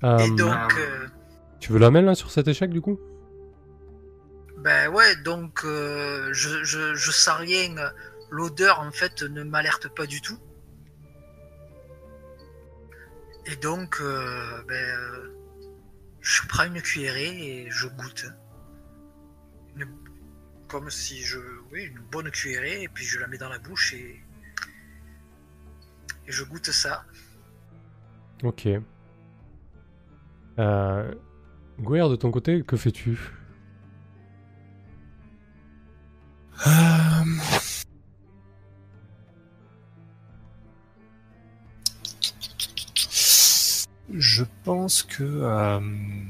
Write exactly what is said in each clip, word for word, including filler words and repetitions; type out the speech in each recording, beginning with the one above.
Et Euh, donc, euh, Tu veux la main là sur cet échec du coup? ben ouais, donc euh, je, je, je sens rien. L'odeur en fait ne m'alerte pas du tout. Et donc, euh, ben, euh, je prends une cuillerée et je goûte. Une- comme si je, oui, une bonne cuillerée et puis je la mets dans la bouche et, et je goûte ça. Ok. Euh, Gouer, de ton côté, que fais-tu? Euh, Je pense que euh,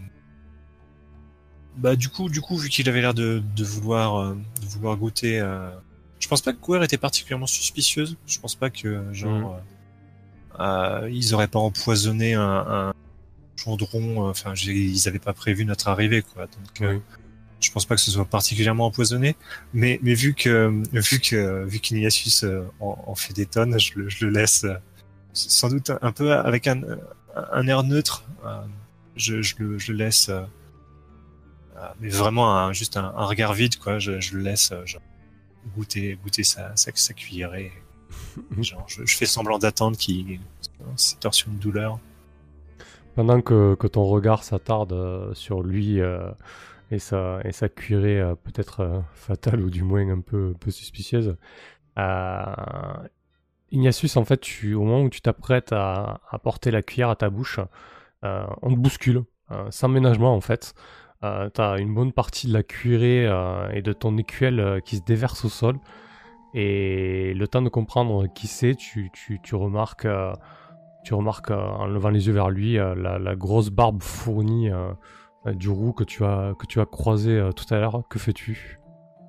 bah du coup du coup vu qu'il avait l'air de, de vouloir euh, de vouloir goûter, euh, je pense pas que Guer était particulièrement suspicieuse. Je pense pas que Mhm. genre euh, euh, ils auraient pas empoisonné un, un chaudron. euh, Enfin j'ai- ils avaient pas prévu notre arrivée quoi. Donc euh, Oui. je pense pas que ce soit particulièrement empoisonné. Mais mais vu que vu que vu qu'Ignatius euh, en, en fait des tonnes, je le, je le laisse euh, sans doute un peu avec un un air neutre. euh, je, je, le, je le laisse, euh, euh, mais vraiment un, juste un, un regard vide, quoi. Je, je le laisse euh, genre, goûter, goûter sa, sa, sa cuillerée. Genre, je, je fais semblant d'attendre qu'il cette torsion de douleur. Pendant que, que ton regard s'attarde euh, sur lui euh, et sa, et sa cuirée euh, peut-être euh, fatale ou du moins un peu, un peu suspicieuse, euh, Ignatius, en fait, tu, au moment où tu t'apprêtes à, à porter la cuillère à ta bouche, euh, on te bouscule, euh, sans ménagement en fait. Euh, t'as une bonne partie de la cuirée euh, et de ton écuelle euh, qui se déverse au sol. Et le temps de comprendre qui c'est, tu, tu, tu remarques, euh, tu remarques euh, en levant les yeux vers lui euh, la, la grosse barbe fournie euh, euh, du roux que tu as, que tu as croisé euh, tout à l'heure. Que fais-tu?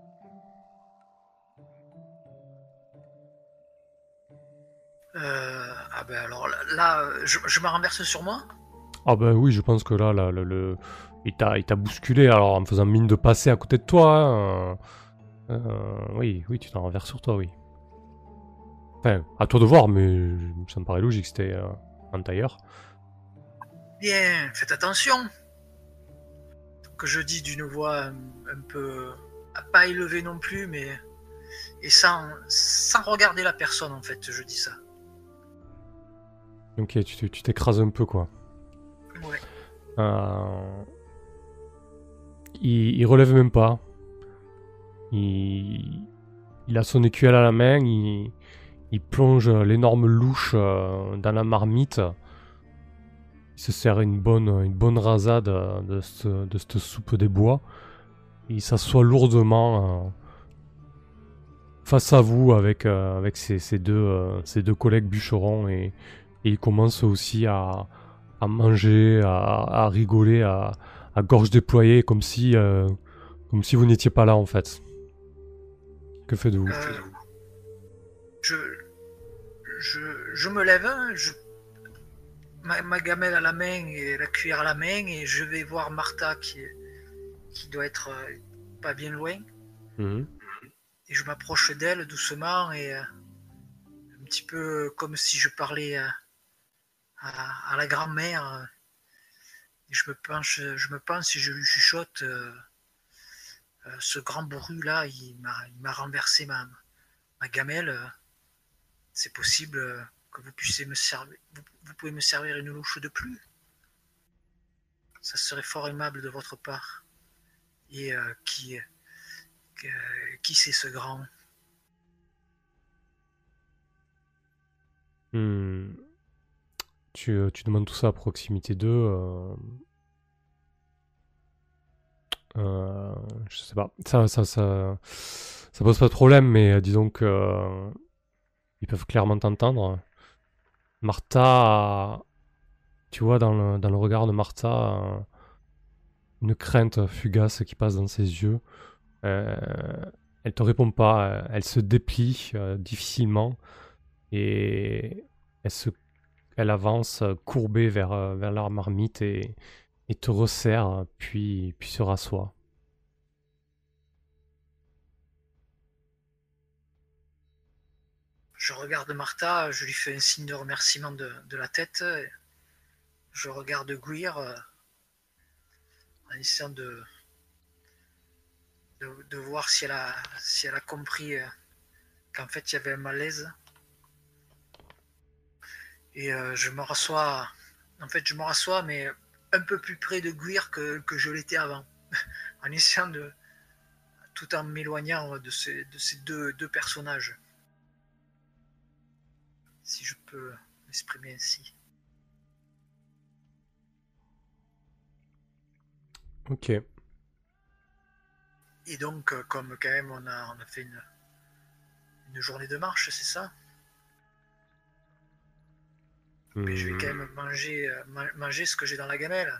Euh, ah ben alors là, là, je, je me renverse sur moi. Ah bah oui, je pense que là, là, le, le- il t'a il t'a bousculé alors en faisant mine de passer à côté de toi. Hein, euh, euh, oui, oui, tu t'en renverses sur toi, oui. Enfin, à toi de voir, mais ça me paraît logique, c'était euh, un tailleur. Bien, faites attention. Que je dis d'une voix un, un peu pas élevée non plus, mais et sans, sans regarder la personne en fait, je dis ça. Ok, tu te- tu t'écrases un peu, quoi. Ouais. Euh, il, il relève même pas. Il, il a son écuelle à la main, il, il plonge l'énorme louche euh, dans la marmite. Il se sert une bonne, une bonne rasade euh, de, ce- de cette soupe des bois. Il s'assoit lourdement euh, face à vous avec, euh, avec ses, ses deux, euh, ses deux collègues bûcherons et, et il commence aussi à, à manger, à, à rigoler, à, à gorge déployée, comme si, euh, comme si vous n'étiez pas là en fait. Que faites-vous? Euh, je, je, je me lève, je, ma, ma gamelle à la main et la cuillère à la main, et je vais voir Martha qui, qui doit être euh, pas bien loin. Mhm. Et je m'approche d'elle doucement et euh, un petit peu comme si je parlais euh, à, à la grand-mère. Et je me penche, je me pense et je lui chuchote euh, euh, ce grand bourru là, il m'a, il m'a renversé ma, ma gamelle. euh, c'est possible euh, que vous puissiez me servir, vous, vous pouvez me servir une louche de plus. Ça serait fort aimable de votre part. Et euh, qui, euh, qui c'est ce grand? Hmm. Tu, euh, tu demandes tout ça à proximité d'eux. Euh, euh, je sais pas. Ça, ça, ça, ça pose pas de problème, mais euh, disons que euh, ils peuvent clairement t'entendre. Martha, tu vois dans le, dans le regard de Martha euh, une crainte fugace qui passe dans ses yeux. Euh, Elle te répond pas. euh, Elle se déplie euh, difficilement et elle se, elle avance euh, courbée vers, euh, vers la marmite et, et te resserre, puis, puis se rassoit. Je regarde Martha, je lui fais un signe de remerciement de, de la tête. je regarde Gouir euh, en essayant de, de, de voir si elle a, si elle a compris euh, qu'en fait il y avait un malaise. Et euh, je me rassois, en fait je me rassois, mais un peu plus près de Gouir que, que je l'étais avant, en essayant de, tout en m'éloignant de ces, de ces deux, deux personnages, si je peux m'exprimer ainsi. Ok. Et donc, euh, comme quand même on a, on a fait une, une journée de marche, c'est ça? Mais je vais quand même manger, euh, ma- manger ce que j'ai dans la gamelle.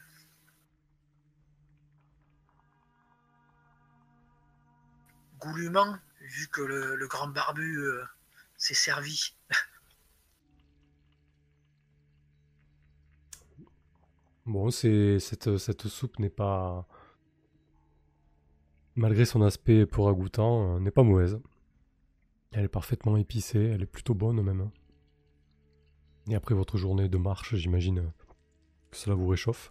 Goulûment, vu que le, le grand barbu euh, s'est servi. Bon, c'est cette, cette soupe n'est pas, malgré son aspect peu ragoûtant, euh, n'est pas mauvaise. Elle est parfaitement épicée, elle est plutôt bonne même. Et après votre journée de marche, j'imagine euh, que cela vous réchauffe.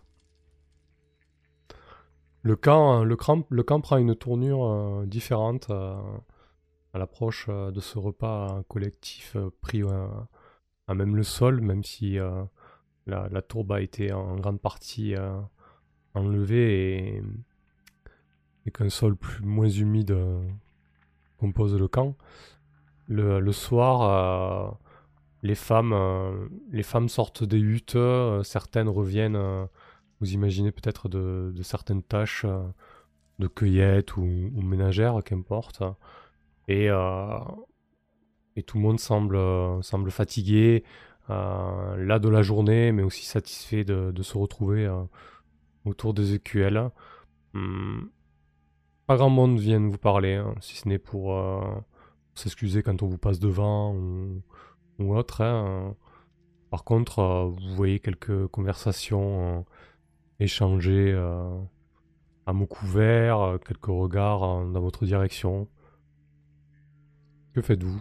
Le camp, le camp, le camp prend une tournure euh, différente euh, à l'approche euh, de ce repas collectif euh, pris euh, à même le sol, même si euh, la, la tourbe a été en grande partie euh, enlevée et, et qu'un sol plus, moins humide euh, compose le camp. Le, le soir, euh, les, femmes, euh, les femmes sortent des huttes, euh, certaines reviennent, euh, vous imaginez peut-être de, de certaines tâches euh, de cueillette ou, ou ménagère, qu'importe. Et, euh, et tout le monde semble, euh, semble fatigué, euh, là de la journée, mais aussi satisfait de, de se retrouver euh, autour des écuelles. Hum, pas grand monde vient vous parler, hein, si ce n'est pour euh, s'excuser quand on vous passe devant ou, ou autre. Hein. Par contre, euh, vous voyez quelques conversations euh, échangées euh, à mots couverts, euh, quelques regards euh, dans votre direction. Que faites-vous?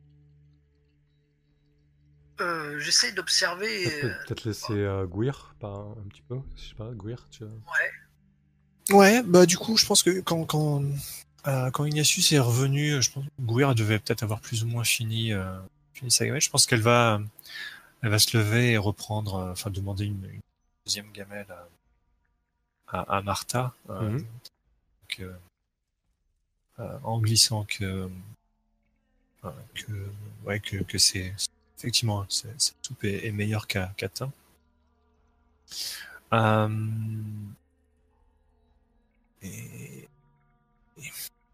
Euh, J'essaie d'observer. Peut-être euh, peut-être laisser euh, Gouir, pas un petit peu, je sais pas, Gouir, tu... Ouais. Ouais, bah du coup, je pense que quand quand euh, quand Ignatius est revenu, je pense que Gouir devait peut-être avoir plus ou moins fini euh, fini sa gamelle. Je pense qu'elle va elle va se lever et reprendre, euh, enfin demander une, une deuxième gamelle à, à, à Martha, euh, Mhm. que, euh, en glissant que euh, que ouais que que c'est effectivement c'est- cette soupe est, est meilleure qu'à qu'à Tain. Euh, et, et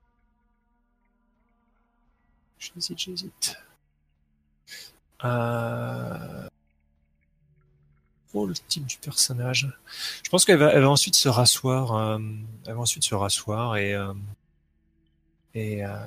j'hésite, j'hésite. Euh... Oh, le type du personnage. Je pense qu'elle va, elle va ensuite se rasseoir. Euh, elle va ensuite se rasseoir et euh, et euh,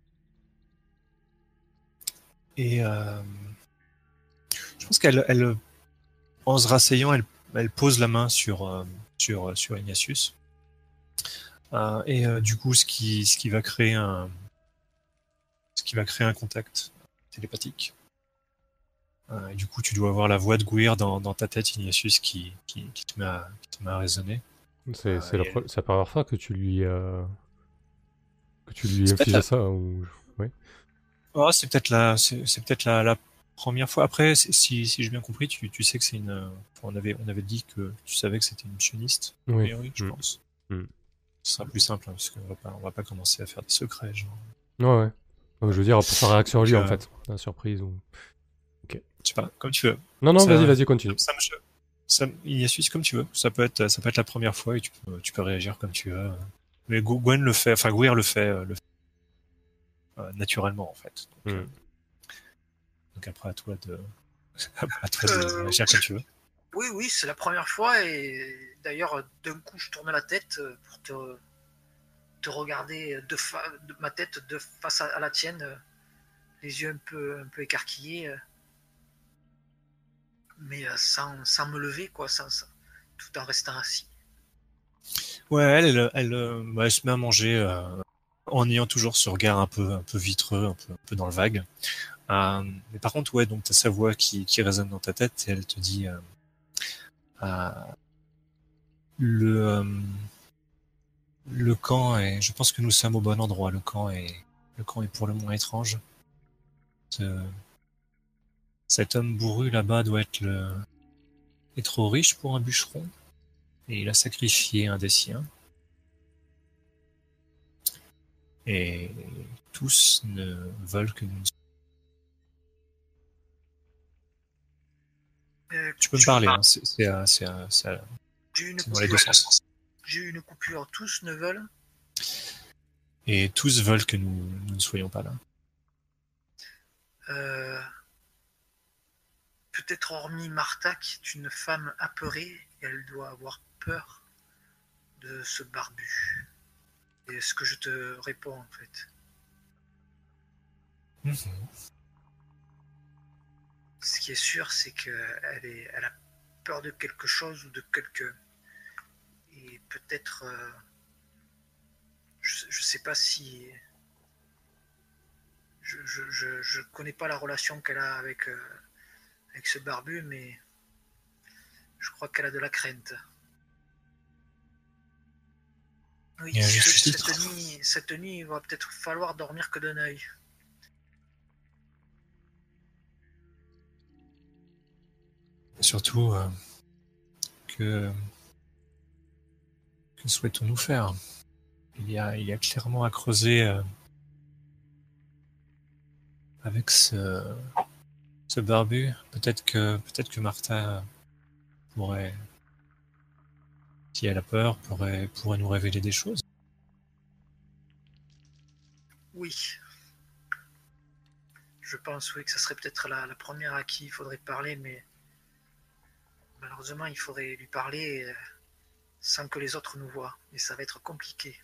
et euh, je pense qu'elle, elle, en se rasseyant, elle, elle pose la main sur euh, sur sur Ignatius. Euh, et euh, du coup, ce qui ce qui va créer un ce qui va créer un contact télépathique. Euh, et du coup, tu dois avoir la voix de Gouir dans, dans ta tête, Ignatius, qui, qui, qui te met à, qui te met à raisonner. C'est Euh, c'est et la, elle- pre- c'est la première fois que tu lui, euh, que tu lui C'est peut-être infligeais la, ça ou... Ouais. oh, c'est peut-être la, c'est, c'est peut-être la, la première fois. Après, c'est- si, si j'ai bien compris, tu, tu sais que c'est une, euh, enfin, on avait, on avait dit que tu savais que c'était une sioniste. A Oui. priori, je Mm. pense. Mm. Ce sera plus simple, hein, parce qu'on va pas, on va pas commencer à faire des secrets, genre. Ouais, ouais. Donc, je veux dire, pour sa réaction à Donc, lui, en euh, fait. La surprise ou... Ok. je sais pas, comme tu veux. Non, non, vas-y, Ça, vas-y, continue. ça me, ça, Ignatius, comme tu veux. Ça peut être, ça peut être la première fois et tu peux, tu peux réagir comme tu veux. Mais Gu- Gwen le fait, enfin, Gouir le fait, euh, le fait euh, naturellement, en fait. Donc, euh, Mm. donc après, à toi de, à toi de Euh, réagir comme tu veux. oui, oui, c'est la première fois et d'ailleurs d'un coup je tourne la tête euh, pour te, te regarder de, fa- de ma tête de face à, à la tienne, euh, les yeux un peu, un peu écarquillés, euh, mais euh, sans, sans me lever quoi, sans, sans- tout en restant assis. Ouais, elle, elle, elle, euh, bah, elle se met à manger euh, en ayant toujours ce regard un peu, un peu vitreux, un peu, un peu dans le vague. Euh, mais par contre, ouais, donc t'as sa voix qui, qui résonne dans ta tête et elle te dit, euh, Euh, le, euh, le camp est... Je pense que nous sommes au bon endroit. Le camp est, le camp est pour le moins étrange. Ce- Cet homme bourru là-bas doit être, le... est trop riche pour un bûcheron. Et il a sacrifié un des siens. Et tous ne veulent que nous... Euh, Tu peux me tu- parler, hein. c'est c'est, euh, c'est, euh, c'est, euh, J'ai eu une c'est dans les deux coupure. sens. J'ai eu une coupure. Tous ne veulent. Et tous veulent que nous, nous ne soyons pas là. Euh, Peut-être hormis Martha, qui est une femme apeurée, et elle doit avoir peur de ce barbu. Et ce que je te réponds en fait. Mhm. Ce qui est sûr, c'est qu'elle est, elle a peur de quelque chose ou de quelqu'un. Et peut-être, euh, je, je sais pas si, je, je, je, je connais pas la relation qu'elle a avec, euh, avec ce barbu, mais je crois qu'elle a de la crainte. Oui, Et à cette, juste titre. cette nuit, cette nuit, il va peut-être falloir dormir que d'un œil. Surtout, euh, que, que souhaitons-nous faire? Il y a, il y a clairement à creuser euh, avec ce, ce barbu. Peut-être que, peut-être que Martha pourrait, si elle a peur, pourrait, pourrait nous révéler des choses. Oui, je pense oui que ça serait peut-être la, la première à qui il faudrait parler, mais malheureusement il faudrait lui parler euh, sans que les autres nous voient, et ça va être compliqué.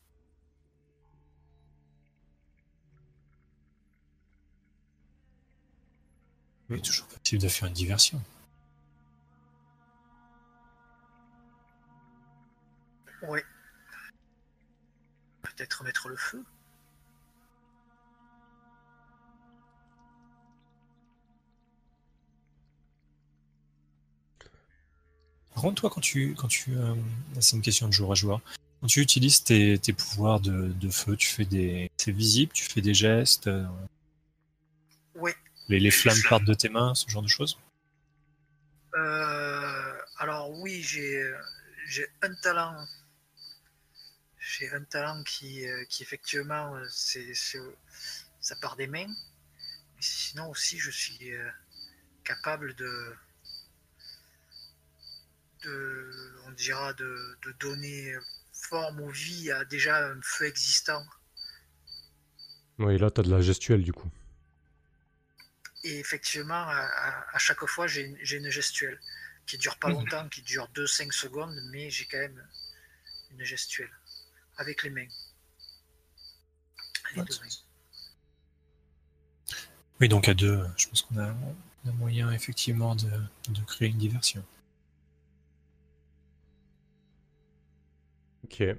Il est toujours possible de faire une diversion. Oui, peut-être mettre le feu. Par contre, toi, quand tu, quand tu, euh, c'est une question de joueur à joueur. Quand tu utilises tes, tes pouvoirs de, de feu, tu fais des, c'est visible, tu fais des gestes, euh, Oui. les, les flammes partent de tes mains, ce genre de choses. Euh, alors oui, j'ai j'ai un talent. J'ai un talent qui, euh, qui effectivement, euh, c'est, c'est, ça part des mains. Mais sinon aussi, je suis euh, capable de, de, on dira, de, de donner forme ou vie à déjà un feu existant. Oui, là, t'as de la gestuelle, du coup. Et effectivement, à, à, à chaque fois, j'ai une, j'ai une gestuelle qui dure pas longtemps, qui dure deux cinq secondes, mais j'ai quand même une gestuelle avec les mains. Les Ouais. deux mains. Oui, donc à deux, je pense qu'on a, on a moyen effectivement de, de créer une diversion. Ok. Et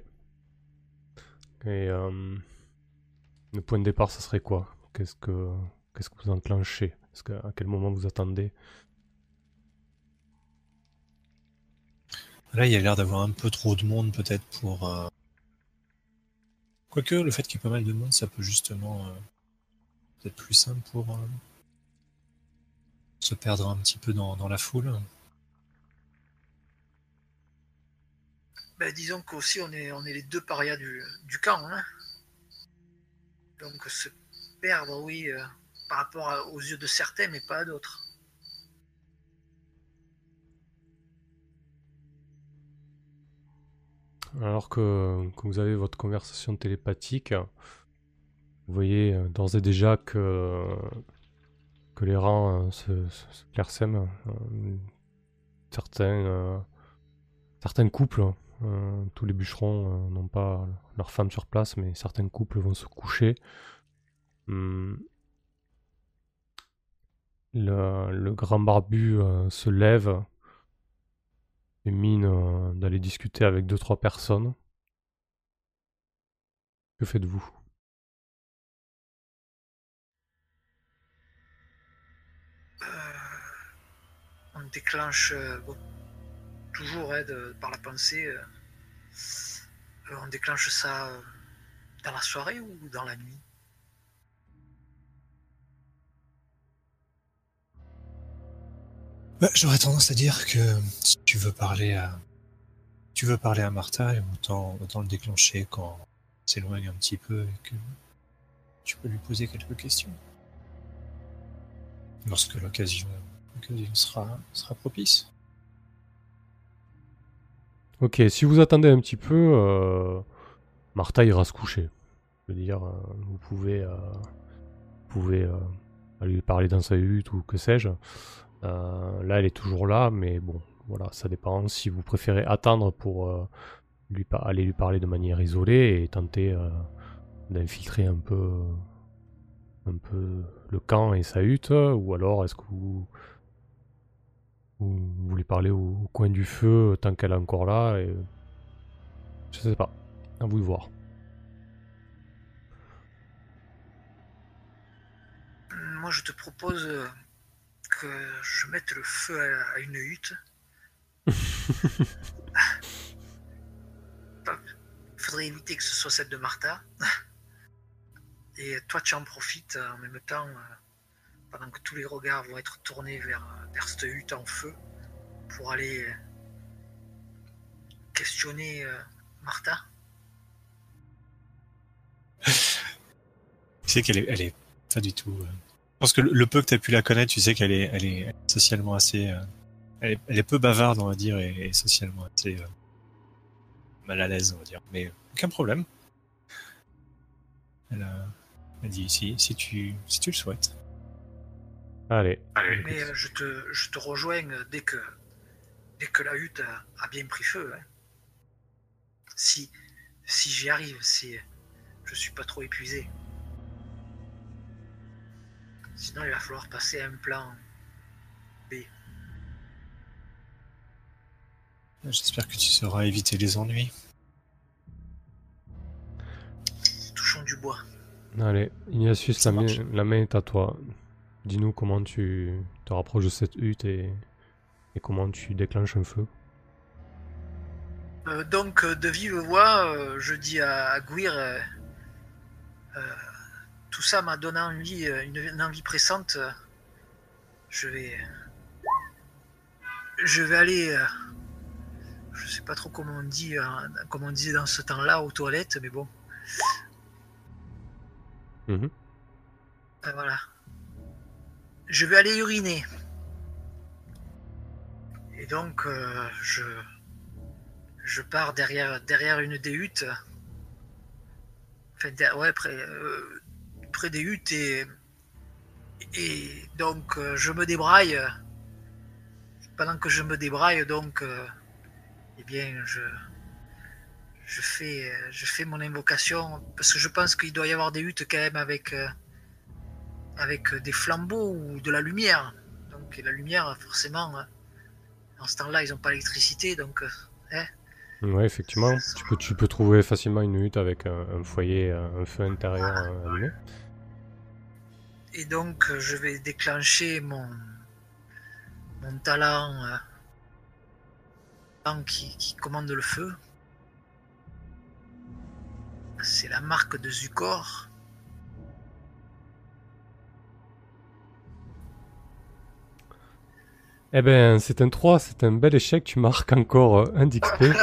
euh, le point de départ, ça serait quoi? Qu'est-ce que qu'est-ce que vous enclenchez? Est-ce que, à quel moment vous attendez? Là, il y a l'air d'avoir un peu trop de monde peut-être pour... Euh... Quoique, le fait qu'il y ait pas mal de monde, ça peut justement euh, être plus simple pour euh, se perdre un petit peu dans, dans la foule. Ben, disons qu'aussi on est, on est les deux parias du, du camp. Hein. Donc se perdre, oui, euh, par rapport à, aux yeux de certains, mais pas à d'autres. Alors que, que vous avez votre conversation télépathique, vous voyez euh, d'ores et déjà que, que les rangs euh, se, se, se clairsèment. Euh, certains, euh, certains couples, euh, tous les bûcherons euh, n'ont pas leur femme sur place, mais certains couples vont se coucher. Hum, le, le grand barbu euh, se lève et mine euh, d'aller discuter avec deux trois personnes. Que faites-vous? Euh, on déclenche. Euh, bon, toujours hein, de, par la pensée. Euh, euh, on déclenche ça euh, dans la soirée ou dans la nuit? Bah, j'aurais tendance à dire que si tu veux parler à, tu veux parler à Martha, autant, autant le déclencher quand on s'éloigne un petit peu et que tu peux lui poser quelques questions. Lorsque l'occasion, l'occasion sera, sera propice. Ok, si vous attendez un petit peu, euh, Martha ira se coucher. Je veux dire, euh, vous pouvez, euh, vous pouvez euh, aller lui parler dans sa hutte ou que sais-je. Euh, là, elle est toujours là, mais bon, voilà, ça dépend. Si vous préférez attendre pour euh, lui par- aller lui parler de manière isolée et tenter euh, d'infiltrer un peu, un peu le camp et sa hutte, ou alors est-ce que vous, vous voulez parler au, au coin du feu tant qu'elle est encore là et... Je sais pas, à vous de voir. Moi, je te propose euh, que je mette le feu à, à une hutte. Il faudrait éviter que ce soit celle de Martha. Et toi, tu en profites en même temps, euh, pendant que tous les regards vont être tournés vers, vers cette hutte en feu, pour aller euh, questionner euh, Martha. Tu sais qu'elle est, elle est pas du tout. Euh... Je pense que le, le peu que tu as pu la connaître, tu sais qu'elle est, elle est socialement assez. Euh... Elle, est, elle est peu bavarde, on va dire, et, et socialement assez euh, mal à l'aise, on va dire. Mais aucun problème. Elle, euh, elle dit si, si tu, si tu le souhaites. Allez. Allez. Mais euh, je te, je te rejoins dès que, dès que la hutte a, a bien pris feu. Hein. Si, si j'y arrive, si je suis pas trop épuisé. Sinon, il va falloir passer à un plan B. J'espère que tu sauras éviter les ennuis. Touchons du bois. Allez, Ignatius, la, marche. main, la main est à toi. Dis-nous comment tu te rapproches de cette hutte et, et comment tu déclenches un feu. Euh, donc, de vive voix, euh, je dis à, à Gwir, euh, euh, tout ça m'a donné envie, une, une envie pressante. Je vais, je vais aller, euh, je sais pas trop comment on dit, euh, comment on disait dans ce temps-là aux toilettes, mais bon. Mmh. Euh, voilà. Je vais aller uriner. Et donc, euh, je, je pars derrière, derrière une des huttes. Enfin, der, ouais, près, euh, près des huttes et, et donc euh, je me débraille. Pendant que je me débraille, donc, euh, eh bien, je, je fais, je fais mon invocation parce que je pense qu'il doit y avoir des huttes quand même avec, euh, avec des flambeaux ou de la lumière. Donc la lumière, forcément, en ce temps-là, ils n'ont pas l'électricité, donc. Euh, hein, ouais, effectivement. Tu peux, tu peux trouver facilement une hutte avec un, un foyer, un feu intérieur voilà. allumé. Et donc, je vais déclencher mon, mon talent euh, qui, qui commande le feu. C'est la marque de Zukor. Eh ben, c'est un trois, c'est un bel échec. Tu marques encore euh, un d'X P.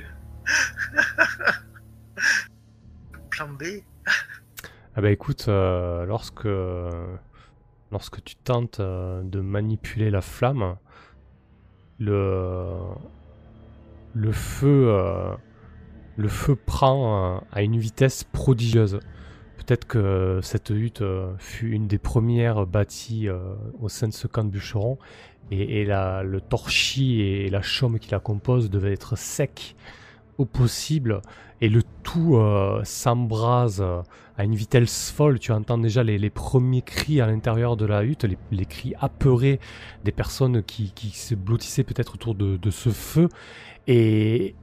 Plan B. Ah ben écoute, euh, lorsque, lorsque tu tentes euh, de manipuler la flamme, le, le feu... Euh, Le feu prend euh, à une vitesse prodigieuse. Peut-être que cette hutte euh, fut une des premières bâties euh, au sein de ce camp de bûcherons. Et, et la, le torchis et la chaume qui la compose devaient être secs au possible. Et le tout euh, s'embrase euh, à une vitesse folle. Tu entends déjà les, les premiers cris à l'intérieur de la hutte, les, les cris apeurés des personnes qui, qui se blottissaient peut-être autour de, de ce feu. Et...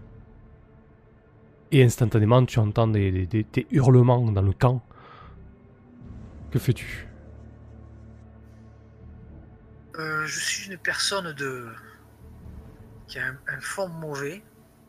Et instantanément, tu entends des, des, des, des hurlements dans le camp. Que fais-tu ? euh, Je suis une personne de qui a un, un fond mauvais.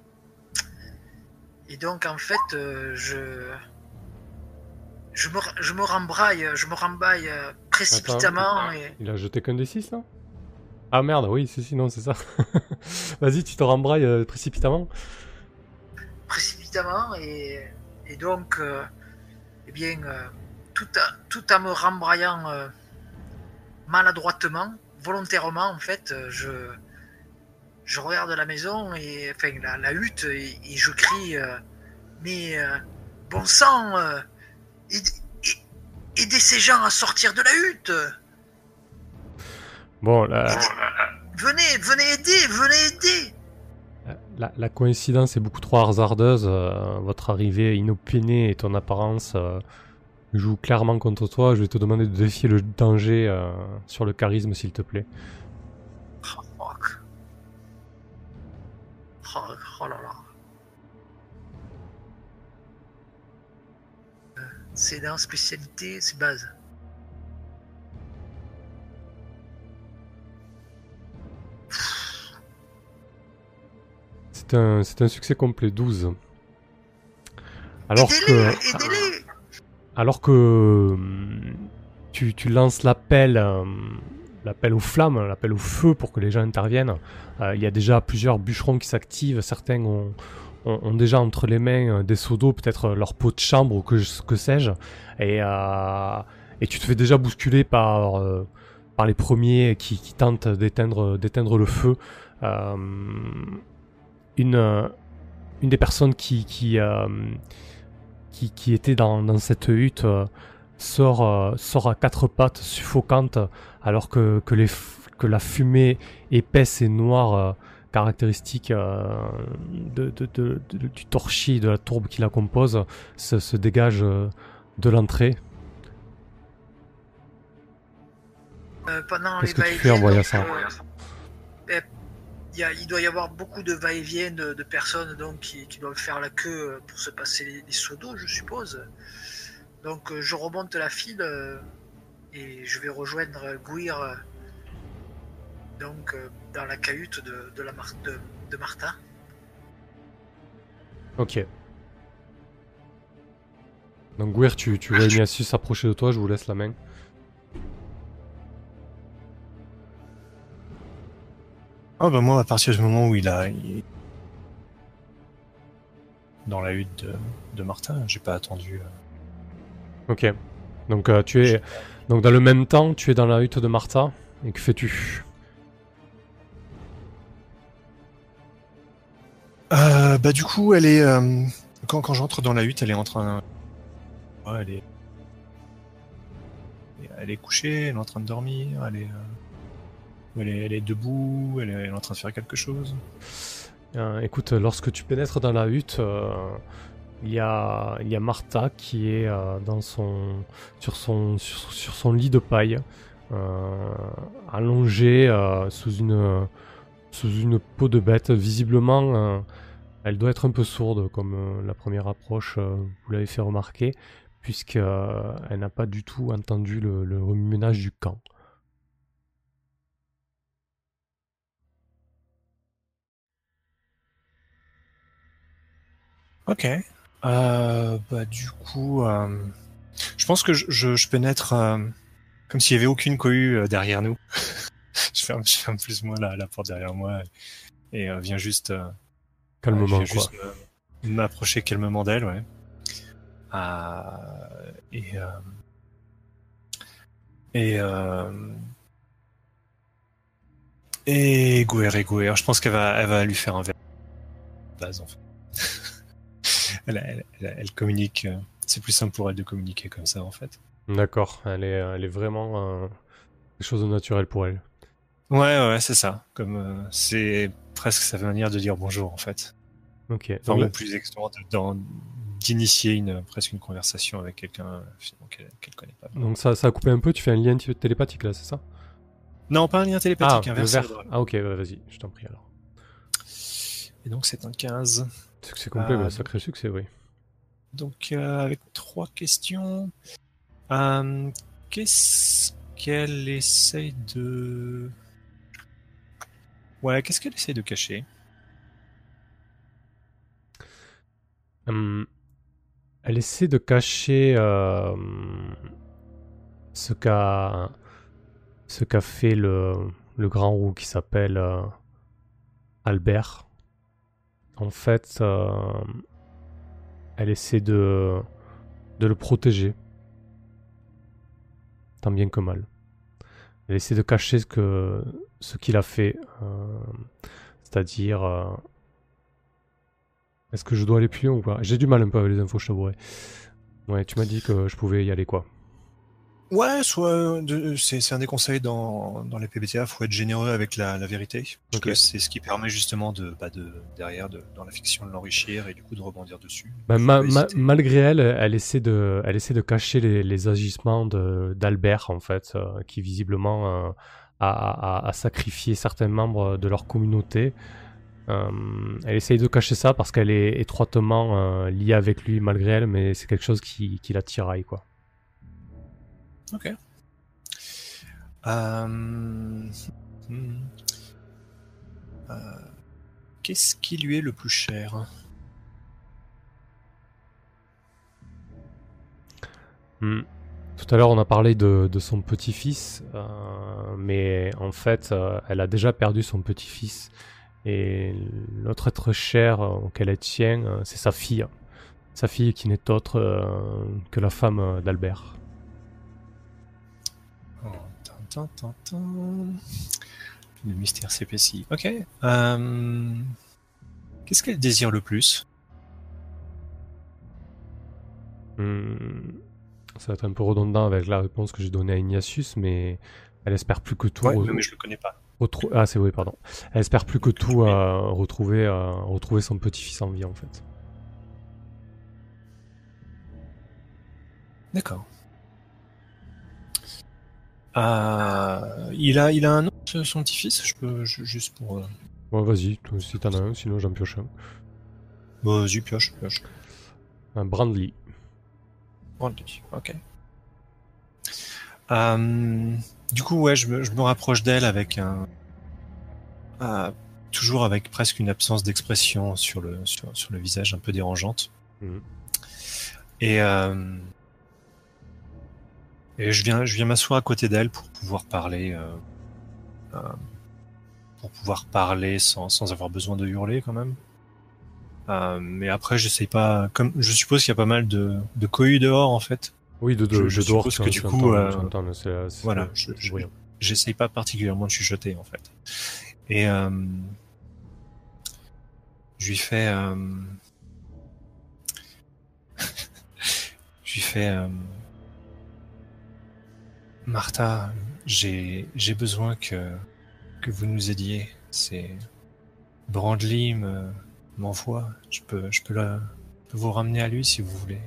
Et donc en fait, euh, je, je, me, je me rembraille, je me rembaille euh, précipitamment. Attends, et... il a jeté qu'un des six là? Ah merde, oui, c'est si, non, c'est ça. Vas-y, tu te rembrailles euh, précipitamment. Précipitamment, et, et donc, euh, eh bien, euh, tout, à, tout en me rembraillant euh, maladroitement, volontairement en fait, euh, je, je regarde la maison, et enfin la, la hutte, et, et je crie euh, mais euh, bon sang, euh, aidez, aidez ces gens à sortir de la hutte. Bon, la, Aidez, venez, venez aider, venez aider. la, la coïncidence est beaucoup trop hasardeuse. euh, votre arrivée inopinée et ton apparence euh, jouent clairement contre toi. Je vais te demander de défier le danger euh, sur le charisme, s'il te plaît. Oh, fuck. Oh, oh là là. Euh, c'est dans spécialité, c'est base. C'est un, c'est un succès complet, douze. Alors Aidez-les, que, aidez-les. alors que hum, tu, tu lances l'appel, euh, l'appel aux flammes, l'appel au feu pour que les gens interviennent, euh, il y a déjà plusieurs bûcherons qui s'activent. Certains ont, ont, ont déjà entre les mains euh, des seaux d'eau, peut-être euh, leur pot de chambre ou que, que sais-je. Et, euh, et tu te fais déjà bousculer par, euh, par les premiers qui, qui tentent d'éteindre, d'éteindre le feu. Euh, une, euh, une des personnes qui, qui, euh, qui, qui était dans, dans cette hutte euh, sort, euh, sort à quatre pattes, suffocante, alors que, que, les, que la fumée épaisse et noire euh, caractéristique euh, de, de, de, de, du torchis, de la tourbe qui la compose, se, se dégage euh, de l'entrée. Euh, pendant Qu'est-ce les que tu fais en va-et-vient, voyant donc, ça? euh, ben, il y a- il doit y avoir beaucoup de va-et-vient de, de personnes donc, qui, qui doivent faire la queue pour se passer les, les seaux d'eau, je suppose. Donc euh, je remonte la file euh, et je vais rejoindre Gouir euh, donc, euh, dans la cahute de, de, la Mar- de, de Martha. Ok. Donc Gouir, tu, tu vois Ignatius s'approcher de toi, je vous laisse la main. Ah bah moi, à partir du moment où il a... il- dans la hutte de, de Martin, j'ai pas attendu... euh, Ok. Donc euh, tu es... Donc dans le même temps, tu es dans la hutte de Martha. Et que fais-tu? Euh, bah du coup, elle est... euh, Quand, quand j'entre dans la hutte, elle est en train... Ouais, elle est... Elle est couchée, elle est en train de dormir, elle est... euh, Elle est, elle est debout, elle est, elle est en train de faire quelque chose. Euh, écoute, lorsque tu pénètres dans la hutte, euh, il y a, il y a Martha qui est euh, dans son, sur, son, sur, sur son lit de paille, euh, allongée euh, sous, une, sous une peau de bête. Visiblement, euh, elle doit être un peu sourde, comme euh, la première approche, euh, vous l'avez fait remarquer, puisqu'elle euh, n'a pas du tout entendu le, le remue-ménage du camp. Ok. Euh, bah du coup, euh, je pense que je, je, je pénètre euh, comme s'il y avait aucune cohue euh, derrière nous. je ferme, je ferme plus ou moins la, la porte derrière moi et, et euh, viens juste, euh, euh, je Calmement, viens quoi. juste me- m'approcher calmement d'elle, ouais. Euh, et euh, et euh, et Gouer et Gouer. Je pense qu'elle va, elle va lui faire un verre de base en fait. elle, elle, elle, elle communique. euh, C'est plus simple pour elle de communiquer comme ça en fait. D'accord, elle est, elle est vraiment euh, quelque chose de naturel pour elle. Ouais, ouais, c'est ça. Comme euh, c'est presque sa manière de dire bonjour en fait. Ok. Enfin, Donc, ou plus exactement de- dans- d'initier une presque une conversation avec quelqu'un euh, finalement qu'elle qu'elle connaît pas. donc ça, ça a coupé un peu, tu fais un lien t- télépathique là, c'est ça? Non, pas un lien Ah, télépathique, un le verre verre. cérébral. Ah ok, bah, vas-y, je t'en prie alors. Et donc c'est un quinze. Succès complet, Euh, bah, sacré succès, oui. Donc euh, avec trois questions, euh, qu'est-ce qu'elle essaye de Ouais, qu'est-ce qu'elle essaie de cacher? Hum, elle essaie de cacher euh, ce qu'a ce qu'a fait le, le grand roux qui s'appelle euh, Albert. En fait, euh, elle essaie de, de le protéger, tant bien que mal. Elle essaie de cacher ce que ce qu'il a fait, euh, c'est-à-dire. Euh, est-ce que je dois aller plus loin ou pas? J'ai du mal un peu avec les infos, je t'avouerai. Ouais, tu m'as dit que je pouvais y aller, quoi. Ouais, soit de- c'est c'est un des conseils dans, dans les P B T A, faut être généreux avec la, la vérité, parce Ok. que c'est ce qui permet justement de, bah de derrière de, dans la fiction de l'enrichir et du coup de rebondir dessus. Ben, Faut ma- pas ma- hésiter. malgré elle, elle essaie de, elle essaie de cacher les, les agissements de- d'Albert, en fait, euh, qui visiblement euh, a, a- a sacrifié certains membres de leur communauté. Euh, elle essaye de cacher ça parce qu'elle est étroitement euh, liée avec lui malgré elle, mais c'est quelque chose qui, qui la tiraille, quoi. Ok. Euh, hmm. Euh, Qu'est-ce qui lui est le plus cher? Hmm. Tout à l'heure, on a parlé de, de son petit-fils, euh, mais en fait, euh, elle a déjà perdu son petit-fils. Et l'autre être cher euh, auquel elle tient, euh, c'est sa fille. Sa fille qui n'est autre euh, que la femme euh, d'Albert. Oh, tin, tin, tin, tin. Le mystère s'épaissit. Ok. Euh, Qu'est-ce qu'elle désire le plus? Hmm. Ça va être un peu redondant avec la réponse que j'ai donnée à Ignatius, mais elle espère plus que tout. Ouais, re- mais je le connais pas. retrou- ah, c'est oui, pardon. Elle espère plus que Donc, tout mais- euh, retrouver, euh, retrouver son petit-fils en vie, en fait. D'accord. Euh, il a, il a un nom, ce- son petit-fils. Je peux je- juste pour. Euh... Ouais, vas-y, toi, si t'en as un, sinon j'en pioche un. Bon, vas-y, pioche, pioche. Un Brandley. Brandy, ok. Euh, du coup, ouais, je me, je me rapproche d'elle avec un. euh, toujours avec presque une absence d'expression sur le, sur, sur le visage, un peu dérangeante. Mhm. Et, euh, et je viens, je viens m'asseoir à côté d'elle pour pouvoir parler. Euh, euh, pour pouvoir parler sans, sans avoir besoin de hurler quand même. Euh, mais après, j'essaye pas. Comme je suppose qu'il y a pas mal de, de cohue dehors en fait. Oui, de, de, Je- je de dehors, suppose tu, que tu du entends, coup, euh, tu entends, là, c'est la- c'est voilà, le- je- c'est je- bruyant. J'essaye pas particulièrement de chuchoter en fait. Et euh, je lui fais, euh, je lui fais, euh, Martha, j'ai j'ai besoin que que vous nous aidiez. C'est Brandley me m'envoie. Je peux je peux la je peux vous ramener à lui si vous voulez.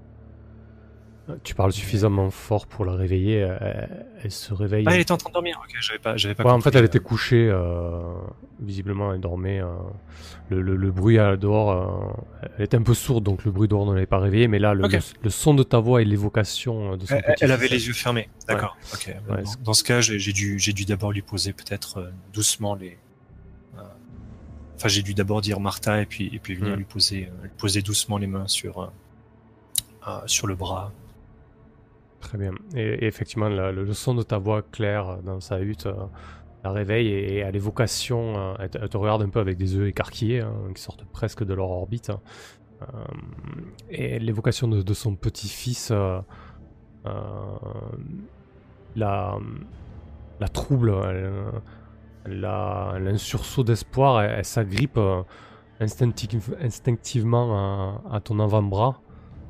Tu parles suffisamment fort pour la réveiller, elle, elle se réveille. Ah, elle était en train de dormir. Ok, j'avais pas j'avais pas Ouais, en compris. fait, elle était couchée, euh, visiblement, elle dormait. euh, le, le- le bruit à dehors, euh, elle était un peu sourde, donc le bruit dehors ne l'avait pas réveillée, mais là, le, Ok. le, le son de ta voix et l'évocation de son Elle, petit elle avait les yeux fermés. D'accord. Ok. Ouais, dans, c'est- dans ce cas, j'ai j'ai dû j'ai dû d'abord lui poser peut-être euh, doucement les. euh, Enfin, j'ai dû d'abord dire Martha et puis et puis venir Mm. lui poser euh, lui poser doucement les mains sur euh, euh, sur le bras. Très bien. Et, et effectivement, la- le, le son de ta voix claire dans sa hutte euh, la réveille et, et à l'évocation, euh, elle, te- elle te regarde un peu avec des yeux écarquillés, hein, qui sortent presque de leur orbite. hein. Euh, et l'évocation de, de son petit-fils euh, euh, la, la trouble. Elle, elle a, elle a un sursaut d'espoir, elle, elle s'agrippe euh, instinctive- instinctivement à, à ton avant-bras.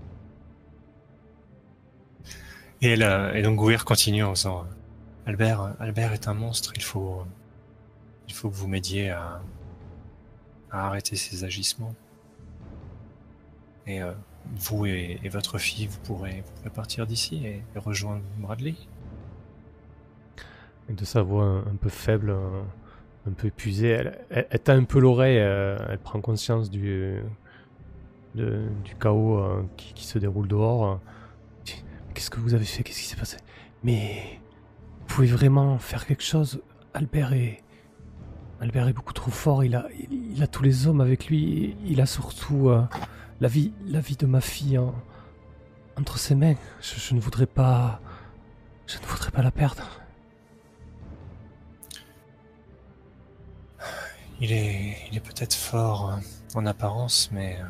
Et, elle, euh, et donc Gouir continue en disant euh, Albert euh, Albert est un monstre. Il faut euh, il faut que vous m'aidiez à à arrêter ses agissements. Et euh, vous et, et votre fille, vous pourrez, vous pourrez partir d'ici et, et rejoindre Bradley. Et de sa voix un, un peu faible, un, un peu épuisée, elle, elle, elle t'a un peu l'oreille, euh, elle prend conscience du, de- du chaos euh, qui, qui se déroule dehors. Qu'est-ce que vous avez fait? Qu'est-ce qui s'est passé? Mais vous pouvez vraiment faire quelque chose? Albert est, Albert est beaucoup trop fort, il a, il, il a tous les hommes avec lui, et il a surtout euh, la vie, la vie de ma fille en- entre ses mains. Je, je ne voudrais pas, je ne voudrais pas la perdre. Il est, il est peut-être fort euh, en apparence, mais,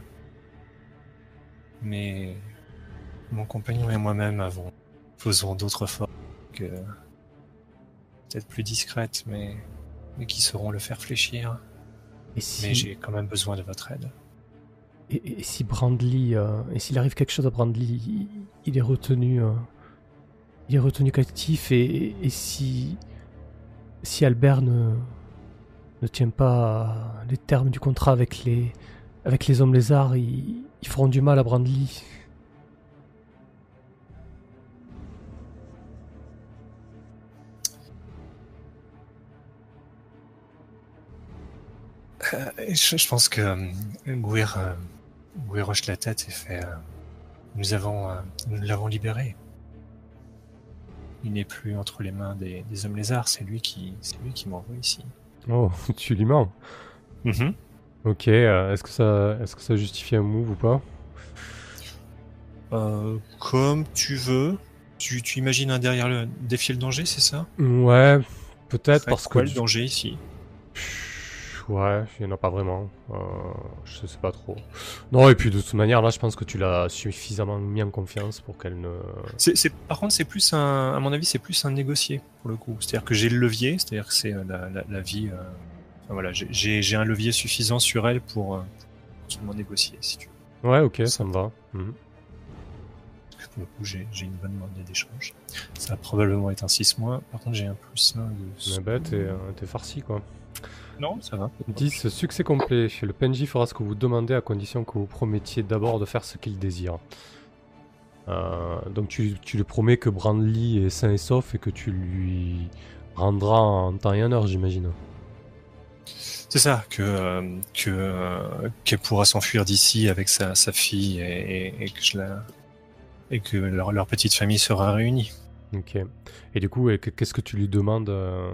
mais mon compagnon et moi-même avons, faisons d'autres formes que peut-être plus discrètes, mais, mais qui sauront le faire fléchir. Et si, Mais j'ai quand même besoin de votre aide. et, et si Brandly, euh, et s'il arrive quelque chose à Brandly, il, il est retenu, euh, il est retenu captif, et, et si, si Albert ne, ne tient pas les termes du contrat avec les, avec les hommes lézards, ils, ils feront du mal à Brandly. Euh, je, je pense que euh, Gouir, euh, Gouir hoche la tête et fait euh, nous avons, euh, nous l'avons libéré. Il n'est plus entre les mains des, des hommes lézards, c'est lui qui, c'est lui qui m'envoie ici. Oh, tu lui mens. Mm-hmm. Ok, euh, est-ce que ça, est-ce que ça justifie un move ou pas? Euh, comme tu veux. Tu, tu imagines un derrière le défier le danger, c'est ça? Ouais, peut-être Ferait parce quoi que le du- danger ici? ouais, il n'y en a pas vraiment. Euh, je sais pas trop. Non, et puis de toute manière, là, je pense que tu l'as suffisamment mis en confiance pour qu'elle ne. C'est, c'est, par contre, c'est plus un, à mon avis, c'est plus un négocié pour le coup. C'est-à-dire que j'ai le levier, c'est-à-dire que c'est euh, la, la, la vie. Euh, enfin, voilà, j'ai, j'ai, j'ai un levier suffisant sur elle pour, euh, pour seulement négocier, si tu veux. Ouais, ok, ça me va. Mhm. Pour le coup, j'ai, j'ai une bonne monnaie d'échange. Ça va probablement être un six mois. Par contre, j'ai un plus un de. Mais bah, t'es, euh, t'es farci, quoi. Non, ça va. dix, succès complet. Le P N J fera ce que vous demandez à condition que vous promettiez d'abord de faire ce qu'il désire. Euh, donc tu, tu lui promets que Brandly est sain et sauf et que tu lui rendras en temps et en heure, j'imagine. C'est ça, que, euh, que, euh, qu'elle pourra s'enfuir d'ici avec sa, sa fille et, et, et que je la, et que leur, leur petite famille sera réunie. Ok. Et du coup, et que- qu'est-ce que tu lui demandes euh,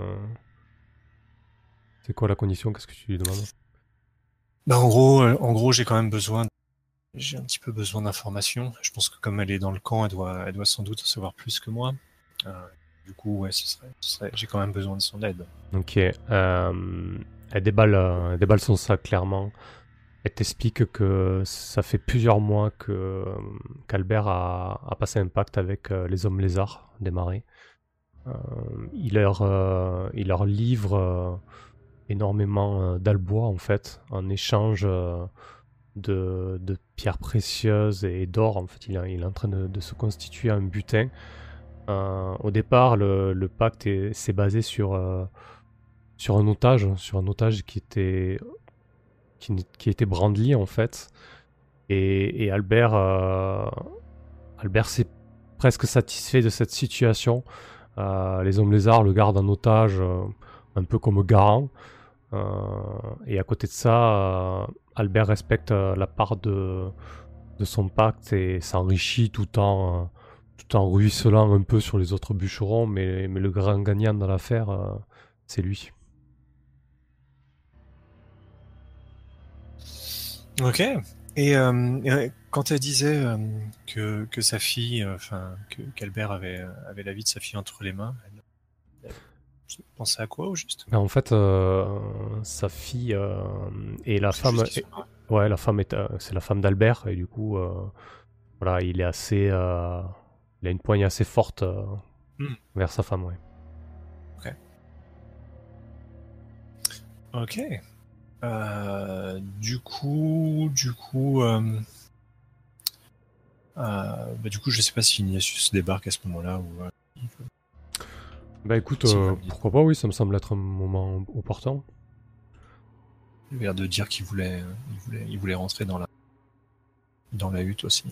C'est quoi la condition? Qu'est-ce que tu lui demandes? Bah, en gros, euh, en gros, j'ai quand même besoin, j'ai un petit peu besoin d'informations. Je pense que comme elle est dans le camp, elle doit, elle doit sans doute en savoir plus que moi. Euh, du coup, ouais, ce serait, ce serait, j'ai quand même besoin de son aide. Ok. Euh, elle, déballe, euh, elle déballe son sac clairement. Elle t'explique que ça fait plusieurs mois que euh, qu'Albert a, a passé un pacte avec euh, les hommes lézards des marais. Euh, il, leur, euh, il leur livre euh, énormément euh, d'albois en fait, en échange euh, de, de pierres précieuses et d'or. En fait, il, est- il est en train de, de se constituer un butin. Euh, au départ, le, le pacte est- s'est basé sur, euh, sur un otage, sur un otage qui était, qui, n'est- qui était Brandly en fait. Et, et Albert, euh, Albert s'est presque satisfait de cette situation. Euh, les hommes lézards le gardent en otage, euh, un peu comme garant. Euh, et à côté de ça, euh, Albert respecte euh, la part de, de son pacte et s'enrichit tout en, euh, tout en ruisselant un peu sur les autres bûcherons. Mais, mais le grand gagnant dans l'affaire, euh, c'est lui. Ok. Et, euh, et quand elle disait euh, que, que sa fille, enfin, que qu'Albert avait, euh, avait la vie de sa fille entre les mains, elle, elle pensait à quoi au juste? Mais en fait, euh, sa fille euh, et la C'est femme, juste qu'il est- soit- ouais, la femme est, euh, c'est la femme d'Albert et du coup, euh, voilà, il est assez, euh, il a une poigne assez forte euh, Hmm. vers sa femme, ouais. Ok. Euh, du coup, du coup, euh, euh, bah, du coup, je sais pas si Ignatius débarque à ce moment-là ou. euh, Bah écoute, Si, euh, bah, oui. pourquoi pas, oui, ça me semble être un moment opportun. Il a l'air de dire qu'il voulait, il voulait, il voulait rentrer dans la, dans la hutte aussi.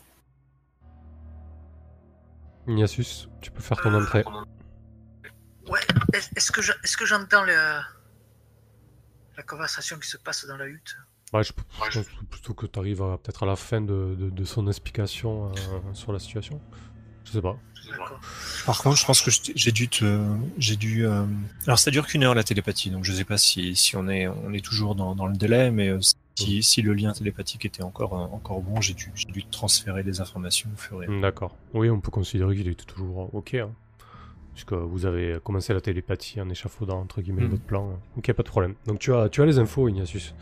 Ignatius, tu peux faire ton entrée. Ouais, est- est-ce que je- est-ce que j'entends le- la conversation qui se passe dans la hutte? Ouais, je, je pense plutôt que tu arrives peut-être à la fin de, de- de son explication euh, sur la situation. Je sais pas. D'accord. Par contre, je pense que je t'ai- j'ai dû te, j'ai dû. euh, Alors, ça dure qu'une heure la télépathie, donc je sais pas si, si on est, on est toujours dans, dans le délai, mais euh, si, si le lien télépathique était encore, euh, encore bon, j'ai dû, j'ai dû te transférer des informations au fur et à mesure. D'accord. Oui, on peut considérer qu'il est toujours ok, hein, puisque vous avez commencé la télépathie en échafaudant entre guillemets Mm. votre plan. Ok, pas de problème. Donc tu as, tu as les infos, Ignatius.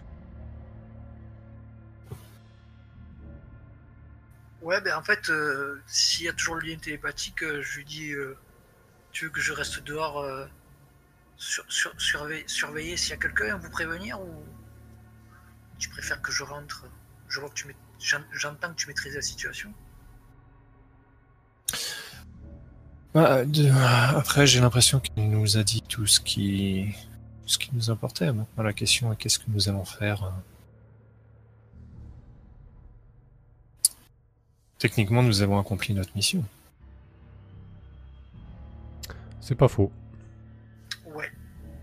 Ouais, ben en fait, euh, s'il y a toujours le lien télépathique, euh, je lui dis euh, tu veux que je reste dehors euh, sur, sur, surveiller, surveiller s'il y a quelqu'un, vous prévenir, ou tu préfères que je rentre? Je vois que tu maît- j'en- j'entends que tu maîtrises la situation. Bah, de- Après, j'ai l'impression qu'il nous a dit tout ce qui, ce qui nous importait. Maintenant, la question est qu'est-ce que nous allons faire. euh. Techniquement, nous avons accompli notre mission. C'est pas faux. Ouais.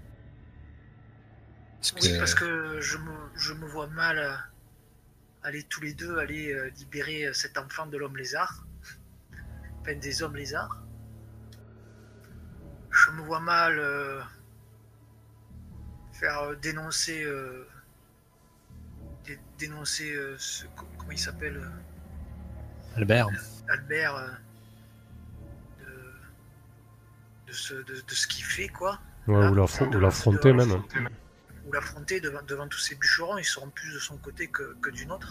Parce que, Oui, parce que je me, je me vois mal euh, aller tous les deux aller euh, libérer euh, cet enfant de l'homme lézard, enfin des hommes lézards. Je me vois mal euh, faire euh, dénoncer, euh, dé- dénoncer euh, ce, comment il s'appelle, euh, Albert, Albert, euh, de, de ce, de, de ce qu'il fait, quoi. Ouais, Là, ou l'affro- devant- ou l'affronter devant- même. Ou l'affronter devant, devant tous ces bûcherons, ils seront plus de son côté que, que du nôtre.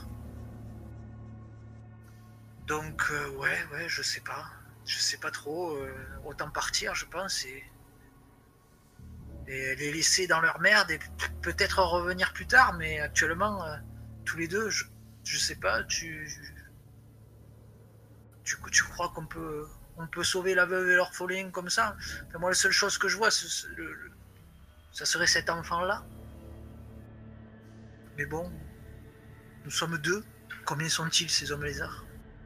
Donc, euh, ouais, ouais, je sais pas. Je sais pas trop. euh, autant partir, je pense, et, et les laisser dans leur merde et peut-être revenir plus tard, mais actuellement, euh, tous les deux, je, je sais pas, tu. Tu, tu crois qu'on peut, on peut sauver la veuve et l'orphelin comme ça? Enfin, moi, la seule chose que je vois, c'est, c'est le, le- ça serait cet enfant-là. Mais bon, nous sommes deux. Combien sont-ils, ces hommes lézards?